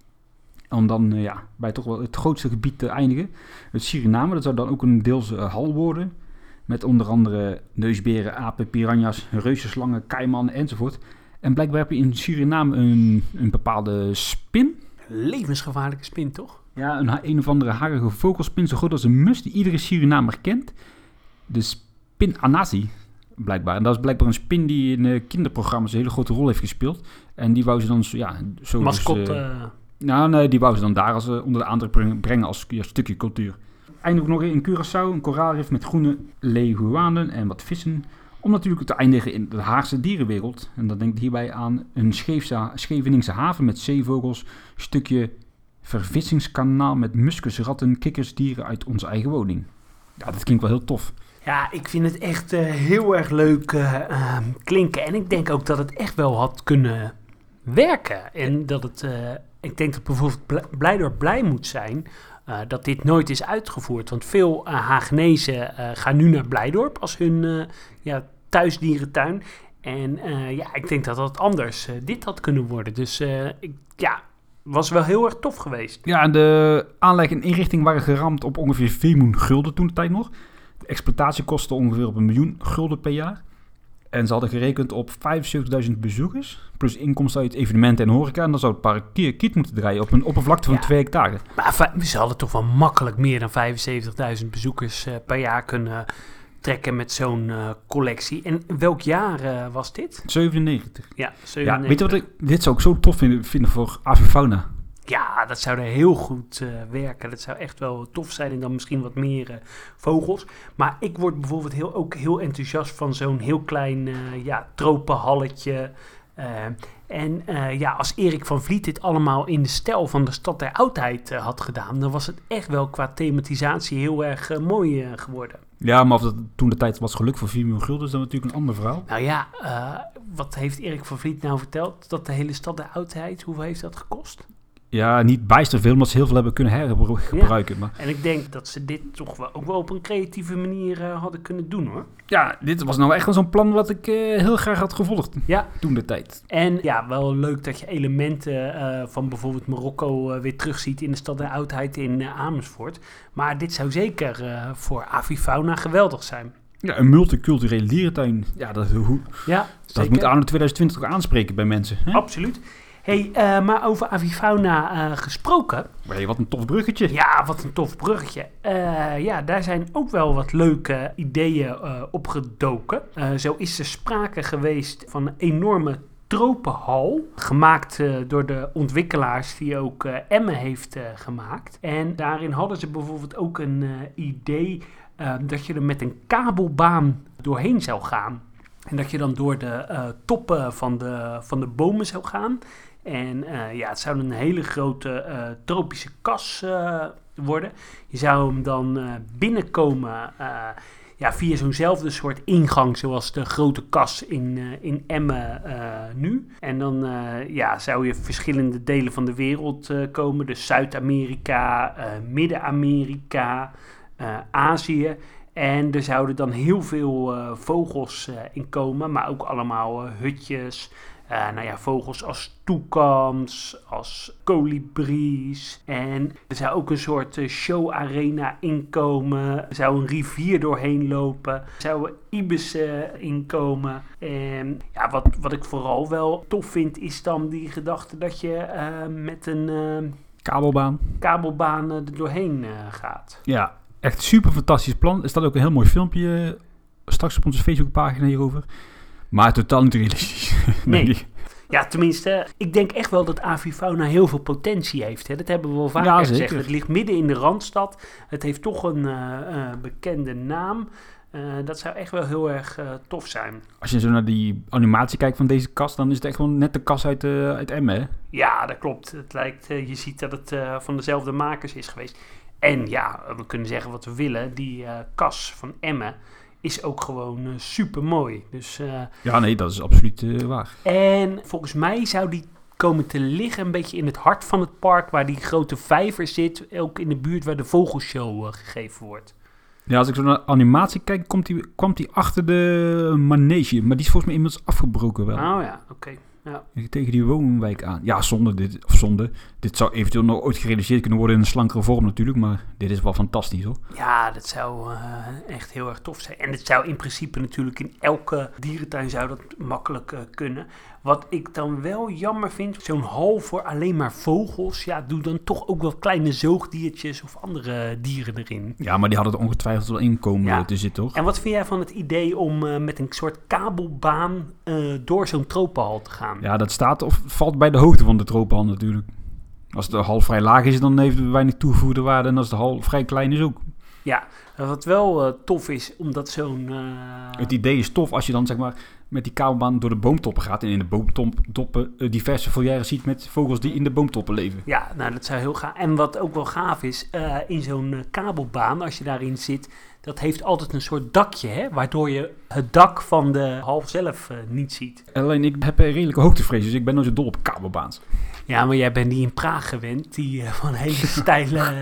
Om dan uh, ja, bij toch wel het grootste gebied te eindigen. Het Suriname, dat zou dan ook een deels uh, hal worden. Met onder andere neusberen, apen, piranha's, reuzenslangen, kaimannen enzovoort. En blijkbaar heb je in Suriname een, een bepaalde spin. Levensgevaarlijke spin, toch? Ja, een, een of andere harige vogelspin, zo groot als een mus, die iedere Surinamer kent. De spin Anasi, blijkbaar. En dat is blijkbaar een spin die in uh, kinderprogramma's een hele grote rol heeft gespeeld. En die wou ze dan, ja, zo... Mascot. Dus, uh, uh, nou, nee, die wou ze dan daar als, uh, onder de aandacht brengen, brengen als ja, stukje cultuur. Eindig nog in Curaçao, een koraalrif met groene leguanen en wat vissen. Om natuurlijk te eindigen in de Haagse dierenwereld. En dan denk ik hierbij aan een Scheefse, Scheveningse haven met zeevogels, stukje vervissingskanaal met muskus, ratten, kikkers, dieren uit onze eigen woning. Ja, dat klinkt wel heel tof. Ja, ik vind het echt uh, heel erg leuk uh, uh, klinken. En ik denk ook dat het echt wel had kunnen werken. En dat het, uh, ik denk dat bijvoorbeeld Blijdorp blij moet zijn uh, dat dit nooit is uitgevoerd. Want veel uh, Hagenezen uh, gaan nu naar Blijdorp als hun uh, ja, thuisdierentuin. En uh, ja, ik denk dat dat anders uh, dit had kunnen worden. Dus uh, ik, ja, was wel heel erg tof geweest. Ja, en de aanleg en inrichting waren geramd op ongeveer vier miljoen gulden toen de tijd nog. De exploitatie kostte ongeveer op een miljoen gulden per jaar. En ze hadden gerekend op vijfenzeventigduizend bezoekers, plus inkomsten uit evenementen en horeca. En dan zou het park keer kiet moeten draaien op een oppervlakte van ja. twee hectare. Maar ze hadden toch wel makkelijk meer dan vijfenzeventigduizend bezoekers uh, per jaar kunnen trekken met zo'n uh, collectie. En welk jaar uh, was dit? zevenennegentig. Ja, zevenennegentig. Ja, weet je wat ik, dit zou ik zo tof vinden, vinden voor avifauna. Ja, dat zou er heel goed uh, werken. Dat zou echt wel tof zijn en dan misschien wat meer uh, vogels. Maar ik word bijvoorbeeld heel, ook heel enthousiast van zo'n heel klein uh, ja, tropenhalletje. Uh, en uh, ja, als Erik van Vliet dit allemaal in de stijl van de Stad der Oudheid uh, had gedaan, dan was het echt wel qua thematisatie heel erg uh, mooi uh, geworden. Ja, maar of dat toen de tijd was gelukt voor vier miljoen gulden, is dan natuurlijk een ander verhaal. Nou ja, uh, wat heeft Erik van Vliet nou verteld? Dat de hele Stad der Oudheid, hoeveel heeft dat gekost? Ja, niet bijster veel, omdat ze heel veel hebben kunnen hergebruiken. Ja. Maar... En ik denk dat ze dit toch wel ook wel op een creatieve manier uh, hadden kunnen doen, hoor. Ja, dit was nou echt wel zo'n plan wat ik uh, heel graag had gevolgd ja. toen de tijd. En ja, wel leuk dat je elementen uh, van bijvoorbeeld Marokko uh, weer terugziet in de Stad der Oudheid in uh, Amersfoort. Maar dit zou zeker uh, voor avifauna geweldig zijn. Ja, een multiculturele dierentuin. Ja, dat, hoe, ja, dat moet anno twintig twintig ook aanspreken bij mensen. Hè? Absoluut. Hey, uh, maar over avifauna uh, gesproken. Hey, wat een tof bruggetje. Ja, wat een tof bruggetje. Uh, ja, daar zijn ook wel wat leuke ideeën uh, opgedoken. Uh, zo is er sprake geweest van een enorme tropenhal. Gemaakt uh, door de ontwikkelaars die ook uh, Emmen heeft uh, gemaakt. En daarin hadden ze bijvoorbeeld ook een uh, idee uh, dat je er met een kabelbaan doorheen zou gaan. En dat je dan door de uh, toppen van de, van de bomen zou gaan. En uh, ja, het zou een hele grote uh, tropische kas uh, worden. Je zou hem dan uh, binnenkomen uh, ja, via zo'nzelfde soort ingang zoals de grote kas in, uh, in Emmen uh, nu. En dan uh, ja, zou je verschillende delen van de wereld uh, komen. Dus Zuid-Amerika, uh, Midden-Amerika, uh, Azië. En er zouden dan heel veel uh, vogels uh, in komen, maar ook allemaal uh, hutjes. Uh, nou ja, vogels als toekans, als kolibries. En er zou ook een soort uh, showarena inkomen. Er zou een rivier doorheen lopen. Er zouden ibissen inkomen. En ja, wat, wat ik vooral wel tof vind, is dan die gedachte dat je uh, met een uh, kabelbaan, kabelbaan uh, er doorheen uh, gaat. Ja. Echt super fantastisch plan. Er staat ook een heel mooi filmpje uh, straks op onze Facebookpagina hierover. Maar totaal niet realistisch. nee. nee. Ja, tenminste, ik denk echt wel dat avifauna heel veel potentie heeft. Hè. Dat hebben we wel vaker ja, gezegd. Het ligt midden in de Randstad. Het heeft toch een uh, uh, bekende naam. Uh, dat zou echt wel heel erg uh, tof zijn. Als je zo naar die animatie kijkt van deze kast, dan is het echt gewoon net de kast uit, uh, uit Emmen, hè? Ja, dat klopt. Het lijkt, uh, je ziet dat het uh, van dezelfde makers is geweest. En ja, we kunnen zeggen wat we willen. Die uh, kas van Emmen is ook gewoon uh, super mooi. Dus, uh, ja, nee, dat is absoluut uh, waar. En volgens mij zou die komen te liggen een beetje in het hart van het park, waar die grote vijver zit. Ook in de buurt waar de vogelshow uh, gegeven wordt. Ja, als ik zo naar animatie kijk, komt die, kwam die achter de manege. Maar die is volgens mij inmiddels afgebroken wel. Oh ja, oké. Okay. Ja. Tegen die woonwijk aan. Ja, zonder dit, of zonder. Dit zou eventueel nog ooit gerealiseerd kunnen worden in een slankere vorm natuurlijk, maar dit is wel fantastisch, hoor. Ja, dat zou uh, echt heel erg tof zijn. En het zou in principe natuurlijk in elke dierentuin zou dat makkelijk uh, kunnen. Wat ik dan wel jammer vind, zo'n hal voor alleen maar vogels, ja, doe dan toch ook wel kleine zoogdiertjes of andere dieren erin. Ja, maar die hadden er ongetwijfeld wel in komen ja. te zitten, toch? En wat vind jij van het idee om uh, met een soort kabelbaan uh, door zo'n tropenhal te gaan? Ja, dat staat of valt bij de hoogte van de tropenhal natuurlijk. Als de hal vrij laag is, dan heeft het weinig toegevoegde waarde. En als de hal vrij klein is ook. Ja, wat wel uh, tof is, omdat zo'n... Uh... Het idee is tof als je dan zeg maar met die kabelbaan door de boomtoppen gaat. En in de boomtoppen uh, diverse volières ziet met vogels die in de boomtoppen leven. Ja, nou dat zou heel gaaf. En wat ook wel gaaf is, uh, in zo'n uh, kabelbaan, als je daarin zit, dat heeft altijd een soort dakje, hè? Waardoor je het dak van de hal zelf uh, niet ziet. Alleen ik heb een redelijke hoogtevrees, dus ik ben nooit zo dol op kabelbaans. Ja, maar jij bent die in Praag gewend, die uh, van hele steile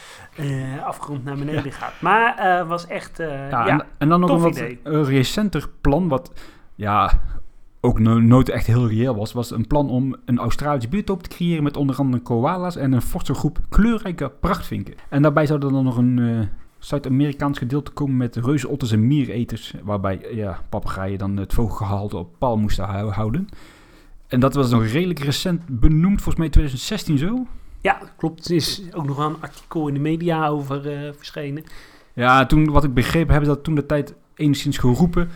uh, uh, afgrond naar beneden ja. gaat. Maar uh, was echt uh, ja, ja, en, en dan nog een wat idee. Uh, recenter plan, wat ja ook no- nooit echt heel reëel was, was een plan om een Australische biotoop te creëren met onder andere koala's en een forse groep kleurrijke prachtvinken. En daarbij zouden dan nog een uh, Zuid-Amerikaans gedeelte komen met reuzenotters en miereters. Waarbij ja, papegaaien dan het vogelgehalte op paal moesten hou- houden. En dat was nog redelijk recent benoemd, volgens mij twintig zestien zo. Ja, klopt. Er is ook nog wel een artikel in de media over uh, verschenen. Ja, toen, wat ik begreep, hebben ze dat toen de tijd enigszins geroepen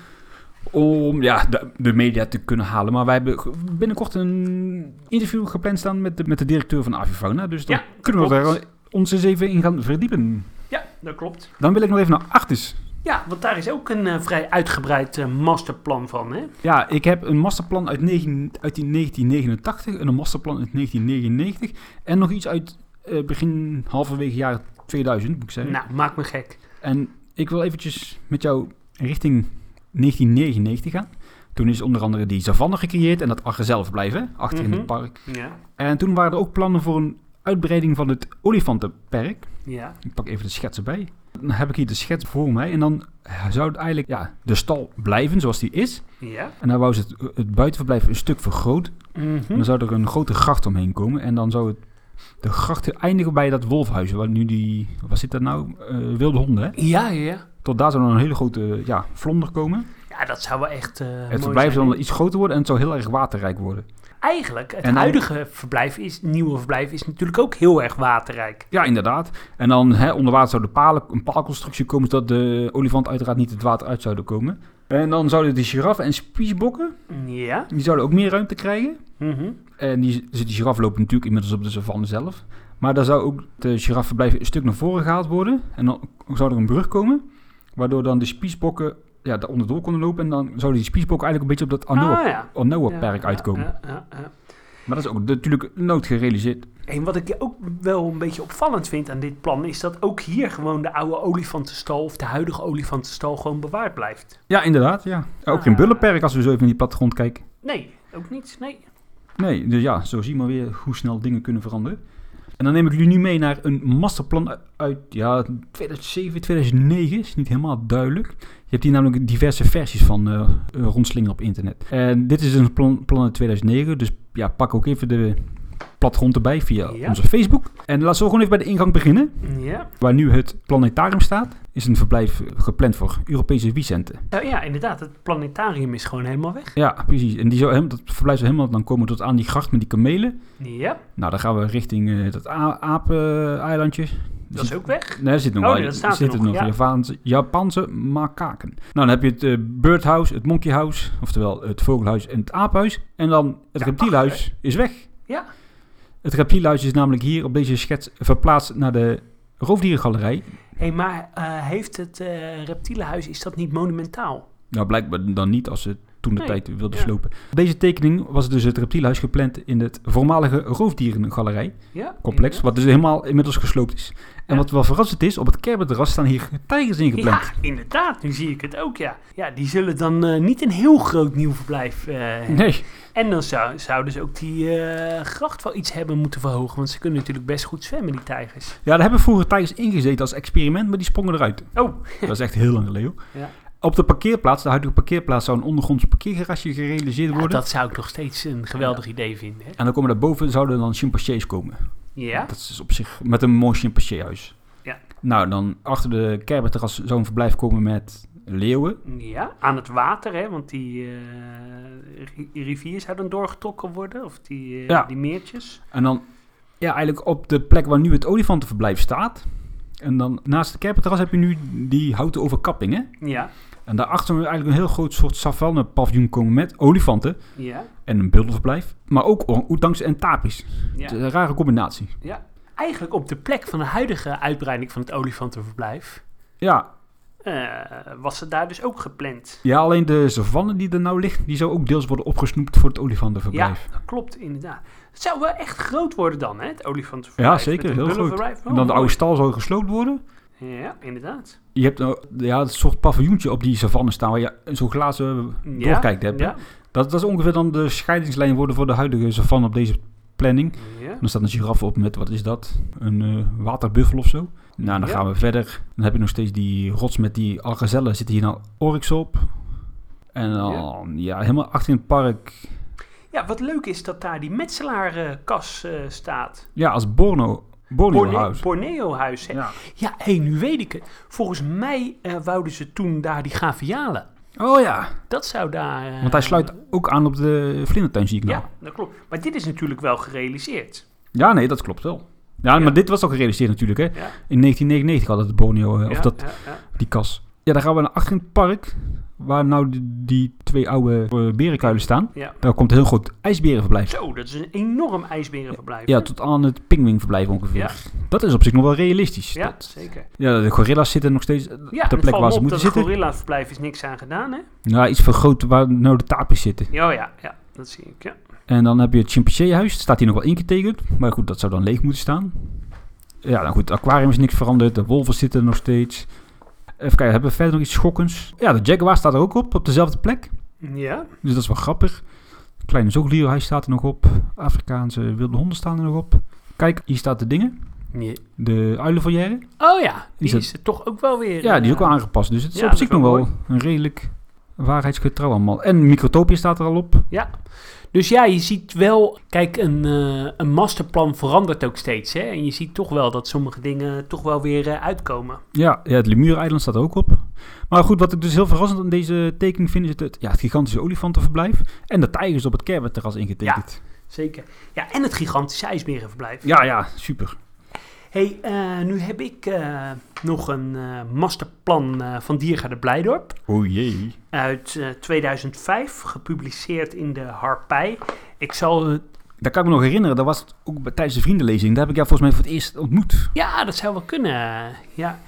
om ja, de, de media te kunnen halen. Maar wij hebben binnenkort een interview gepland staan met de, met de directeur van Avifauna. Dus dan ja, kunnen we klopt. daar ons eens even in gaan verdiepen. Ja, dat klopt. Dan wil ik nog even naar Artis. Ja, want daar is ook een uh, vrij uitgebreid uh, masterplan van, hè? Ja, ik heb een masterplan uit, negen, uit die negentien negenentachtig en een masterplan uit negentien negenennegentig. En nog iets uit uh, begin halverwege jaren tweeduizend, moet ik zeggen. Nou, maak me gek. En ik wil eventjes met jou richting negentien negenennegentig gaan. Toen is onder andere die savanne gecreëerd en dat Argezelverblijf, achter Mm-hmm. in het park. Ja. En toen waren er ook plannen voor een uitbreiding van het olifantenperk. Ja. Ik pak even de schets erbij. Dan heb ik hier de schets voor mij. En dan zou het eigenlijk ja, de stal blijven zoals die is. Ja. En dan wou ze het, het buitenverblijf een stuk vergroten. Mm-hmm. En dan zou er een grote gracht omheen komen. En dan zou het, de gracht eindigen bij dat wolfhuis. Waar nu die, wat zit dat nou? Uh, wilde honden, hè? Ja, ja. Tot daar zou dan een hele grote ja, vlonder komen. Ja, dat zou wel echt uh, Het verblijf zou dan iets groter worden en het zou heel erg waterrijk worden. Eigenlijk, het en dan, huidige verblijf is, nieuwe verblijf is natuurlijk ook heel erg waterrijk. Ja, inderdaad. En dan hè, onder water zou de palen, een paalconstructie komen, zodat de olifant uiteraard niet het water uit zouden komen. En dan zouden de giraffen en spiesbokken, ja. die zouden ook meer ruimte krijgen. Mm-hmm. En die, dus die giraffen lopen natuurlijk inmiddels op de savanne zelf. Maar daar zou ook de giraffenverblijf een stuk naar voren gehaald worden. En dan zou er een brug komen, waardoor dan de spiesbokken ja, daar onderdoor konden lopen. En dan zouden die spiesbokken eigenlijk een beetje op dat Anoa-perk ah, ja. uitkomen. Ja, ja, ja. Maar dat is ook natuurlijk nooit gerealiseerd. En wat ik ook wel een beetje opvallend vind aan dit plan, is dat ook hier gewoon de oude olifantenstal of de huidige olifantenstal gewoon bewaard blijft. Ja, inderdaad. Ja. Ook ah. geen bullenperk als we zo even in die plattegrond kijken. Nee, ook niet. Nee. Nee, dus ja, zo zie je maar weer hoe snel dingen kunnen veranderen. En dan neem ik jullie nu mee naar een masterplan uit ja, tweeduizend zeven, tweeduizend negen. Is niet helemaal duidelijk. Je hebt hier namelijk diverse versies van uh, rondslingeren op internet. En dit is een plan, plan uit tweeduizend negen. Dus ja, pak ook even de plattegrond erbij via ja. onze Facebook. En laten we gewoon even bij de ingang beginnen. Ja. Waar nu het planetarium staat, is een verblijf gepland voor Europese wiesenten. Uh, ja, inderdaad. Het planetarium is gewoon helemaal weg. Ja, precies. En die zou, dat verblijf zou helemaal dan komen tot aan die gracht met die kamelen. Ja. Nou, dan gaan we richting uh, dat apen-eilandje. Dat is ook weg? Nee, er zit nog oh, wel. Nee, dat staat er zitten nog, nog ja. Japanse, Japanse makaken. Nou, dan heb je het uh, birdhouse, het monkeyhouse, oftewel het vogelhuis en het aaphuis. En dan het ja, reptielhuis is weg. Ja. Het reptielhuis is namelijk hier op deze schets verplaatst naar de roofdierengalerij. Hé, hey, maar uh, heeft het uh, reptielenhuis, is dat niet monumentaal? Nou, blijkbaar dan niet als ze toen de nee. tijd wilden ja. slopen. Op deze tekening was dus het reptielhuis gepland in het voormalige roofdierengalerij ja, complex, ja. wat dus helemaal inmiddels gesloopt is. En ja. wat wel verrassend is, op het Kerberterras staan hier tijgers in gepland. Ja, inderdaad. Nu zie ik het ook, ja. Ja, die zullen dan uh, niet een heel groot nieuw verblijf uh, Nee. En dan zou, zouden ze ook die uh, gracht wel iets hebben moeten verhogen, want ze kunnen natuurlijk best goed zwemmen, die tijgers. Ja, daar hebben vroeger tijgers ingezeten als experiment, maar die sprongen eruit. Oh. Dat is echt heel lang geleden. Ja. Op de parkeerplaats, de huidige parkeerplaats, zou een ondergronds parkeergarage gerealiseerd worden. Ja, dat zou ik nog steeds een geweldig ja. idee vinden. Hè? En dan komen daarboven zouden dan chimpansees komen. Ja. Dat is op zich met een mooi chimpanseehuis. Ja. Nou, dan achter de Kerberterras zou een verblijf komen met leeuwen. Ja, aan het water, hè, want die uh, rivier zou dan doorgetrokken worden, of die, uh, ja. die meertjes. En dan ja, eigenlijk op de plek waar nu het olifantenverblijf staat. En dan naast de Kerberterras heb je nu die houten overkapping, hè? Ja. En daarachter zou eigenlijk een heel groot soort savanne-paviljoen komen met olifanten. Ja. En een buldelverblijf. Maar ook orang-oetangs en tapis. Ja. Het is een rare combinatie. Ja. Eigenlijk op de plek van de huidige uitbreiding van het olifantenverblijf. Ja. Uh, was het daar dus ook gepland. Ja, alleen de savanne die er nou ligt, die zou ook deels worden opgesnoept voor het olifantenverblijf. Ja, dat klopt inderdaad. Het zou wel echt groot worden dan, hè, het olifantenverblijf. Ja, zeker, heel groot. Oh, en dan de oude stal zou gesloopt worden. Ja, inderdaad. Je hebt uh, ja, een soort paviljoentje op die savanne staan waar je zo'n glazen ja, doorkijkt hebt. Ja. Dat, dat is ongeveer dan de scheidingslijn worden voor de huidige savanne op deze planning. Ja. Dan staat een giraffe op met, wat is dat? Een uh, waterbuffel of zo. Nou, dan ja. gaan we verder. Dan heb je nog steeds die rots met die algazellen. Zitten hier nou oryx op. En dan, ja. ja, helemaal achter in het park. Ja, wat leuk is dat daar die metselaarkas uh, staat. Ja, als Borno Borneo-huis. Borneo-huis, hè? Ja. Ja, hé, hey, nu weet ik het. Volgens mij uh, wouden ze toen daar die gavialen. Oh ja. Dat zou daar... Uh, Want hij sluit ook aan op de vlindertuin, zie ik nou. Ja, dat klopt. Maar dit is natuurlijk wel gerealiseerd. Ja, nee, dat klopt wel. Ja, ja. Maar dit was al gerealiseerd natuurlijk, hè. Ja. In negentien negenennegentig had het Borneo, uh, of ja, dat, ja, ja. die kas. Ja, dan gaan we naar achter in het park, waar nou die, die twee oude uh, berenkuilen staan. Ja. Daar komt een heel groot ijsberenverblijf. Zo, dat is een enorm ijsberenverblijf. Ja, tot aan het pinguïnverblijf ongeveer. Ja. Dat is op zich nog wel realistisch. Ja, dat, zeker. Ja, de gorilla's zitten nog steeds ja, op de plek waar ze moeten zitten. Ja, het gorillaverblijf is niks aan gedaan, hè? Ja, iets vergroot waar nou de tapirs zitten. Ja, ja, ja, dat zie ik, ja. En dan heb je het chimpanseehuis, staat hier nog wel ingetekend. Maar goed, dat zou dan leeg moeten staan. Ja, nou goed, het aquarium is niks veranderd. De wolven zitten er nog steeds. Even kijken, hebben we verder nog iets schokkends? Ja, de jaguar staat er ook op, op dezelfde plek. Ja. Dus dat is wel grappig. Kleine zoogdierenhuis staat er nog op. Afrikaanse wilde honden staan er nog op. Kijk, hier staat de dingen. Ja. De uilenvolière. Oh ja, die is, is er toch ook wel weer... Ja, die is ook wel aangepast. Dus het is ja, op zich nog wel mooi. Een redelijk waarheidsgetrouw allemaal. En Microtopia staat er al op. Ja. Dus ja, je ziet wel, kijk, een, uh, een masterplan verandert ook steeds. Hè? En je ziet toch wel dat sommige dingen toch wel weer uh, uitkomen. Ja, ja, het Lemuur-eiland staat er ook op. Maar goed, wat ik dus heel verrassend aan deze tekening vind, is het, ja, het gigantische olifantenverblijf. En de tijgers op het Kerberterras ingetekend. Ja, zeker. Ja, en het gigantische ijsberenverblijf. Ja, ja, super. Hey, uh, nu heb ik uh, nog een uh, masterplan uh, van Diergaarde Blijdorp. Oh jee. Uit uh, tweeduizend vijf, gepubliceerd in de Harpij. Ik zal... Uh, dat kan ik me nog herinneren, dat was ook tijdens de vriendenlezing. Daar heb ik jou volgens mij voor het eerst ontmoet. Ja, dat zou wel kunnen, ja.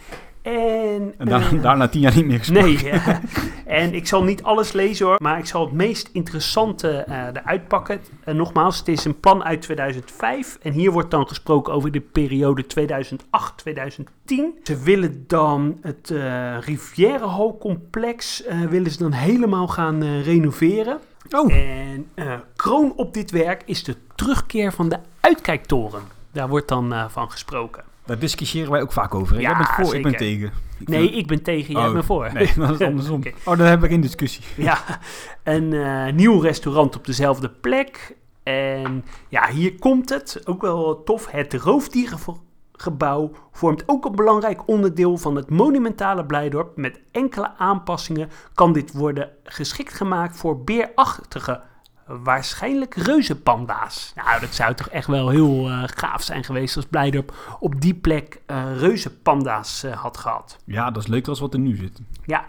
En, en daarna, uh, daarna tien jaar niet meer gesproken. Nee, ja. En ik zal niet alles lezen hoor, maar ik zal het meest interessante uh, eruit pakken. Uh, nogmaals, het is een plan uit tweeduizend vijf en hier wordt dan gesproken over de periode tweeduizend acht tot tweeduizend tien. Ze willen dan het uh, Rivierenhal-complex uh, willen ze dan helemaal gaan uh, renoveren. Oh. En uh, kroon op dit werk is de terugkeer van de uitkijktoren. Daar wordt dan uh, van gesproken. Daar discussiëren wij ook vaak over. Hè? Ja, jij bent voor, zeker. ik ben tegen. Ik nee, vind... ik ben tegen, jij oh, bent voor. Nee, dat is andersom. Okay. Oh, dan hebben we geen discussie. Ja, een uh, nieuw restaurant op dezelfde plek. En ja, hier komt het. Ook wel tof. Het roofdierengebouw vormt ook een belangrijk onderdeel van het monumentale Blijdorp. Met enkele aanpassingen kan dit worden geschikt gemaakt voor beerachtige, waarschijnlijk reuzenpanda's. Nou, dat zou toch echt wel heel uh, gaaf zijn geweest als Blijdorp op die plek uh, reuzenpanda's uh, had gehad. Ja, dat is leuker als wat er nu zit. Ja,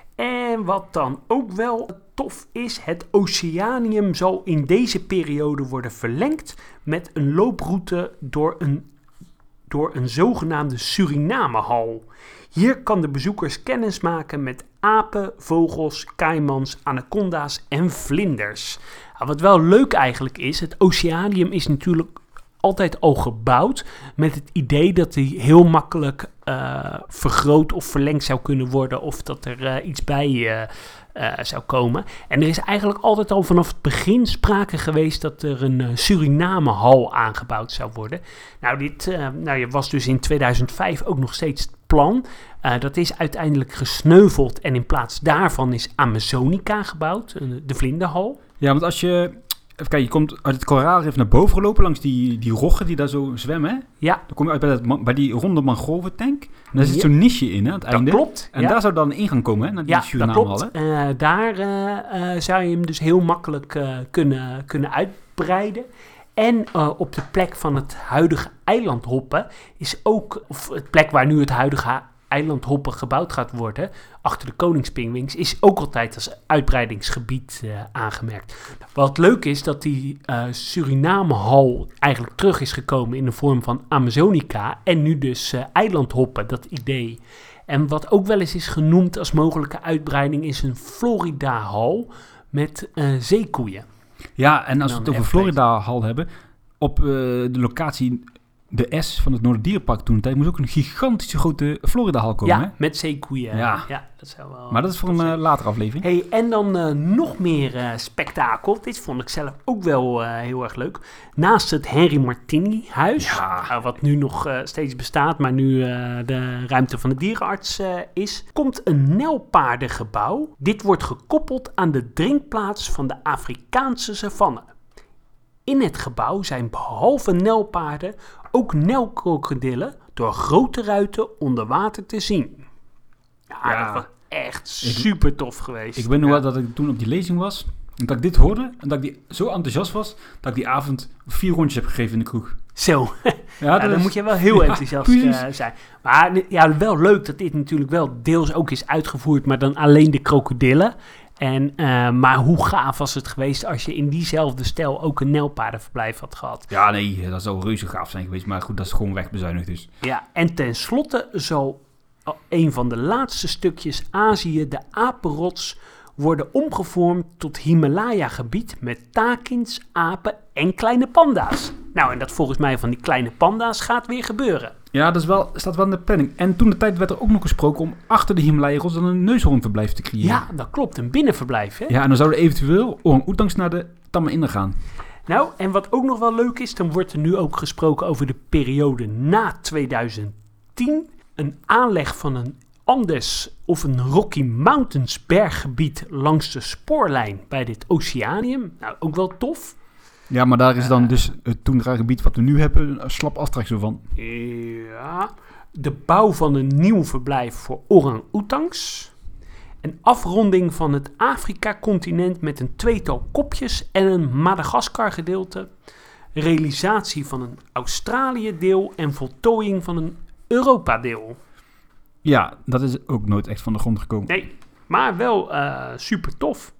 en wat dan ook wel tof is, het Oceanium zal in deze periode worden verlengd met een looproute door een, door een zogenaamde Surinamehal. Hier kan de bezoekers kennis maken met apen, vogels, kaimans, anaconda's en vlinders. Nou, wat wel leuk eigenlijk is, het Oceanium is natuurlijk altijd al gebouwd met het idee dat hij heel makkelijk uh, vergroot of verlengd zou kunnen worden of dat er uh, iets bij uh, uh, zou komen. En er is eigenlijk altijd al vanaf het begin sprake geweest dat er een uh, Surinamehal aangebouwd zou worden. Nou, dit uh, nou, je was dus in tweeduizend vijf ook nog steeds het plan. Uh, dat is uiteindelijk gesneuveld en in plaats daarvan is Amazonica gebouwd, uh, de vlinderhal. Ja, want als je... Even kijken, je komt uit het koraalrif naar boven gelopen langs die, die roggen die daar zo zwemmen. Hè? Ja. Dan kom je uit bij, dat, bij die ronde mangroventank. En daar zit ja. zo'n niche in, hè, aan het dat einde. Klopt. En ja. daar zou dan een ingang komen, hè, naar die ja, Suriname dat klopt. Hè? Uh, daar uh, uh, zou je hem dus heel makkelijk uh, kunnen, kunnen uitbreiden. En uh, op de plek van het huidige eilandhoppen is ook, of het plek waar nu het huidige eilandhoppen gebouwd gaat worden, achter de koningspingwings, is ook altijd als uitbreidingsgebied uh, aangemerkt. Wat leuk is, dat die uh, Surinamehal eigenlijk terug is gekomen in de vorm van Amazonica en nu dus uh, eilandhoppen, dat idee. En wat ook wel eens is genoemd als mogelijke uitbreiding is een Florida-hal met uh, zeekoeien. Ja, en als en we het over Florida-hal hebben, op uh, de locatie de S van het Noorderdierenpark toen tijd moest ook een gigantische grote Florida-hal komen. Ja, hè? met zeekoeien. Ja. ja, dat zou wel. Maar dat is voor een uh, latere aflevering. Hey, en dan uh, nog meer uh, spektakel. Dit vond ik zelf ook wel uh, heel erg leuk. Naast het Henry Martini huis, ja. uh, wat nu nog uh, steeds bestaat, maar nu uh, de ruimte van de dierenarts uh, is, komt een nijlpaardengebouw. Dit wordt gekoppeld aan de drinkplaats van de Afrikaanse savanne. In het gebouw zijn behalve nijlpaarden ook Nijlkrokodillen door grote ruiten onder water te zien. Ja, Ja. dat was echt super tof geweest. Ik weet nog ja. wel dat ik toen op die lezing was. En dat ik dit hoorde. En dat ik die zo enthousiast was. Dat ik die avond vier rondjes heb gegeven in de kroeg. Zo, Ja, ja, dat dan is- moet je wel heel Ja, enthousiast precies. uh, zijn. Maar ja, wel leuk dat dit natuurlijk wel deels ook is uitgevoerd, maar dan alleen de krokodillen. En, uh, maar hoe gaaf was het geweest als je in diezelfde stijl ook een nijlpaardenverblijf had gehad. Ja, nee, dat zou reuze gaaf zijn geweest. Maar goed, dat is gewoon wegbezuinigd dus. Ja, en tenslotte zal een van de laatste stukjes Azië, de apenrots, worden omgevormd tot Himalaya-gebied met takins, apen en kleine panda's. Nou, en dat volgens mij van die kleine panda's gaat weer gebeuren. Ja, dat is wel, staat wel in de planning. En toen de tijd werd er ook nog gesproken om achter de Himalaya-rots dan een neushoornverblijf te creëren. Ja, dat klopt. Een binnenverblijf, hè? Ja, en dan zouden eventueel orang-oetangs naar de Tamme Inder gaan. Nou, en wat ook nog wel leuk is, dan wordt er nu ook gesproken over de periode na tweeduizend tien. Een aanleg van een Andes of een Rocky Mountains berggebied langs de spoorlijn bij dit Oceanium. Nou, ook wel tof. Ja, maar daar is dan dus het toendra-gebied wat we nu hebben een slap aftreksel van. Ja, de bouw van een nieuw verblijf voor orang-oetangs. Een afronding van het Afrika-continent met een tweetal kopjes en een Madagaskar-gedeelte. Realisatie van een Australië-deel en voltooiing van een Europa-deel. Ja, dat is ook nooit echt van de grond gekomen. Nee, maar wel uh, super tof.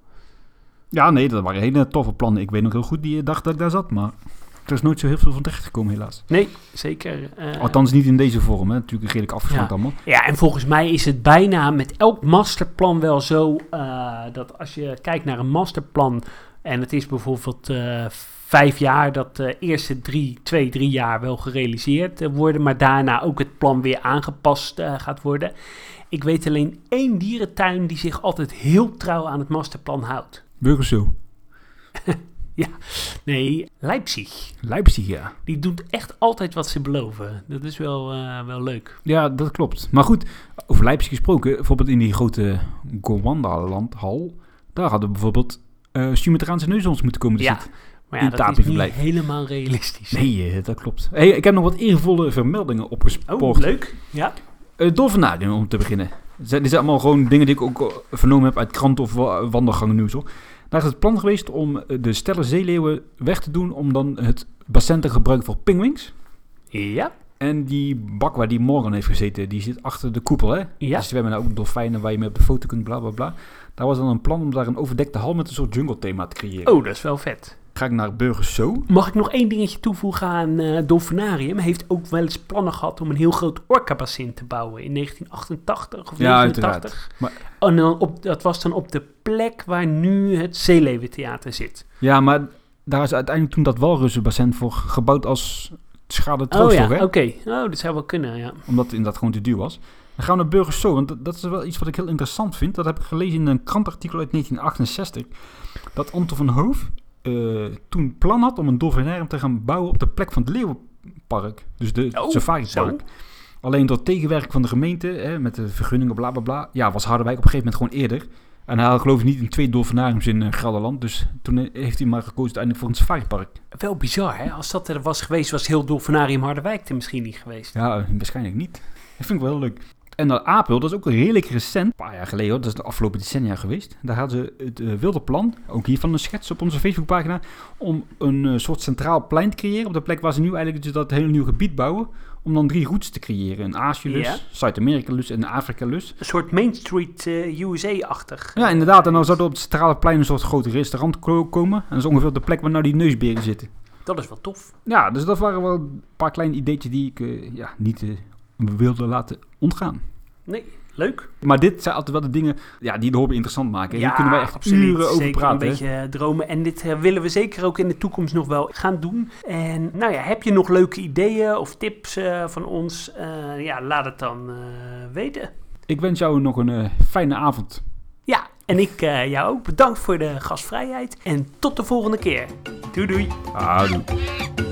Ja, nee, dat waren hele toffe plannen. Ik weet nog heel goed die dag dat ik daar zat, maar er is nooit zo heel veel van terecht gekomen helaas. Nee, zeker. Uh, Althans niet in deze vorm, hè. Natuurlijk redelijk afgesloten Ja. allemaal. Ja, en volgens mij is het bijna met elk masterplan wel zo uh, dat als je kijkt naar een masterplan en het is bijvoorbeeld uh, vijf jaar, dat de eerste drie, twee, drie jaar wel gerealiseerd uh, worden, maar daarna ook het plan weer aangepast uh, gaat worden. Ik weet alleen één dierentuin die zich altijd heel trouw aan het masterplan houdt. Burgerso. Nee, Leipzig. Leipzig, ja. Die doet echt altijd wat ze beloven. Dat is wel, uh, wel leuk. Ja, dat klopt. Maar goed, over Leipzig gesproken, bijvoorbeeld in die grote Gondwana-landhal, daar hadden bijvoorbeeld uh, Sumatra-Aanse neushoorns moeten komen te Ja, zitten. maar in ja, het dat is niet tapiverblijf. helemaal realistisch. Nee, uh, dat klopt. Hey, ik heb nog wat eervolle vermeldingen opgespoord. Oh, leuk. Ja. Uh, Dolfinarium, om te beginnen. Dit zijn, dit zijn allemaal gewoon dingen die ik ook uh, vernomen heb uit kranten of wa- wandelgangen nieuws, hoor. Daar is het plan geweest om uh, de stelle zeeleeuwen weg te doen om dan het bassin te gebruiken voor pinguïns. Ja. En die bak waar die Morgan heeft gezeten, die zit achter de koepel, hè? Ja. Dus we hebben nou ook dolfijnen waar je mee op de foto kunt, bla bla bla. Daar was dan een plan om daar een overdekte hal met een soort jungle thema te creëren. Oh, dat is wel vet. Ga ik naar Burgerso. Mag ik nog één dingetje toevoegen aan uh, Dolfinarium? Heeft ook wel eens plannen gehad om een heel groot orca-bassin te bouwen in negentien achtentachtig of Ja, negenentachtig. uiteraard. Maar, En dan op, dat was dan op de plek waar nu het Zeeleeuwentheater zit. ja, maar daar is uiteindelijk toen dat walrussenbassin voor gebouwd als schade Oh troost, ja, hè? oké. Okay. Oh, dat zou wel kunnen, ja. Omdat het inderdaad gewoon te duur was. Dan gaan we naar Burgerso, want dat, dat is wel iets wat ik heel interessant vind. Dat heb ik gelezen in een krantartikel uit negentien achtenzestig. Dat Anton van Hoof uh, toen plan had om een dolfinarium te gaan bouwen op de plek van het Leeuwenpark. Dus de Oh, safaripark. zo. Alleen door tegenwerk van de gemeente, hè, met de vergunningen, bla bla bla. Ja, was Harderwijk op een gegeven moment gewoon eerder. En hij had geloof ik niet in twee dolfinariums in uh, Gelderland. Dus toen uh, heeft hij maar gekozen uiteindelijk voor een safaripark. Wel bizar, hè? Als dat er was geweest, was heel Dolfinarium Harderwijk er misschien niet geweest. Ja, uh, waarschijnlijk niet. Dat vind ik wel heel leuk. En dat Apel, dat is ook redelijk recent, een paar jaar geleden, hoor, dat is de afgelopen decennia geweest. Daar hadden ze het uh, wilde plan, ook hiervan een schets op onze Facebookpagina, om een uh, soort centraal plein te creëren op de plek waar ze nu eigenlijk dus dat hele nieuwe gebied bouwen, om dan drie routes te creëren. Een Azië-lus, Ja. Zuid-Amerika-lus en een Afrika-lus. Een soort Main Street uh, U S A-achtig. Ja, inderdaad. En dan zou er op het centrale plein een soort groot restaurant ko- komen. En dat is ongeveer de plek waar nou die neusberen zitten. Dat is wel tof. Ja, dus dat waren wel een paar kleine ideetjes die ik uh, ja, niet uh, wilde laten ontgaan. Nee, leuk. Maar dit zijn altijd wel de dingen ja, die de hobby interessant maken. Hier kunnen wij echt absoluut. uren over Zeker praten. een beetje dromen. En dit uh, willen we zeker ook in de toekomst nog wel gaan doen. En nou ja, heb je nog leuke ideeën of tips uh, van ons? Uh, ja, laat het dan uh, weten. Ik wens jou nog een uh, fijne avond. Ja, en ik uh, jou ook. Bedankt voor de gastvrijheid. En tot de volgende keer. Doei doei. Ah, doei.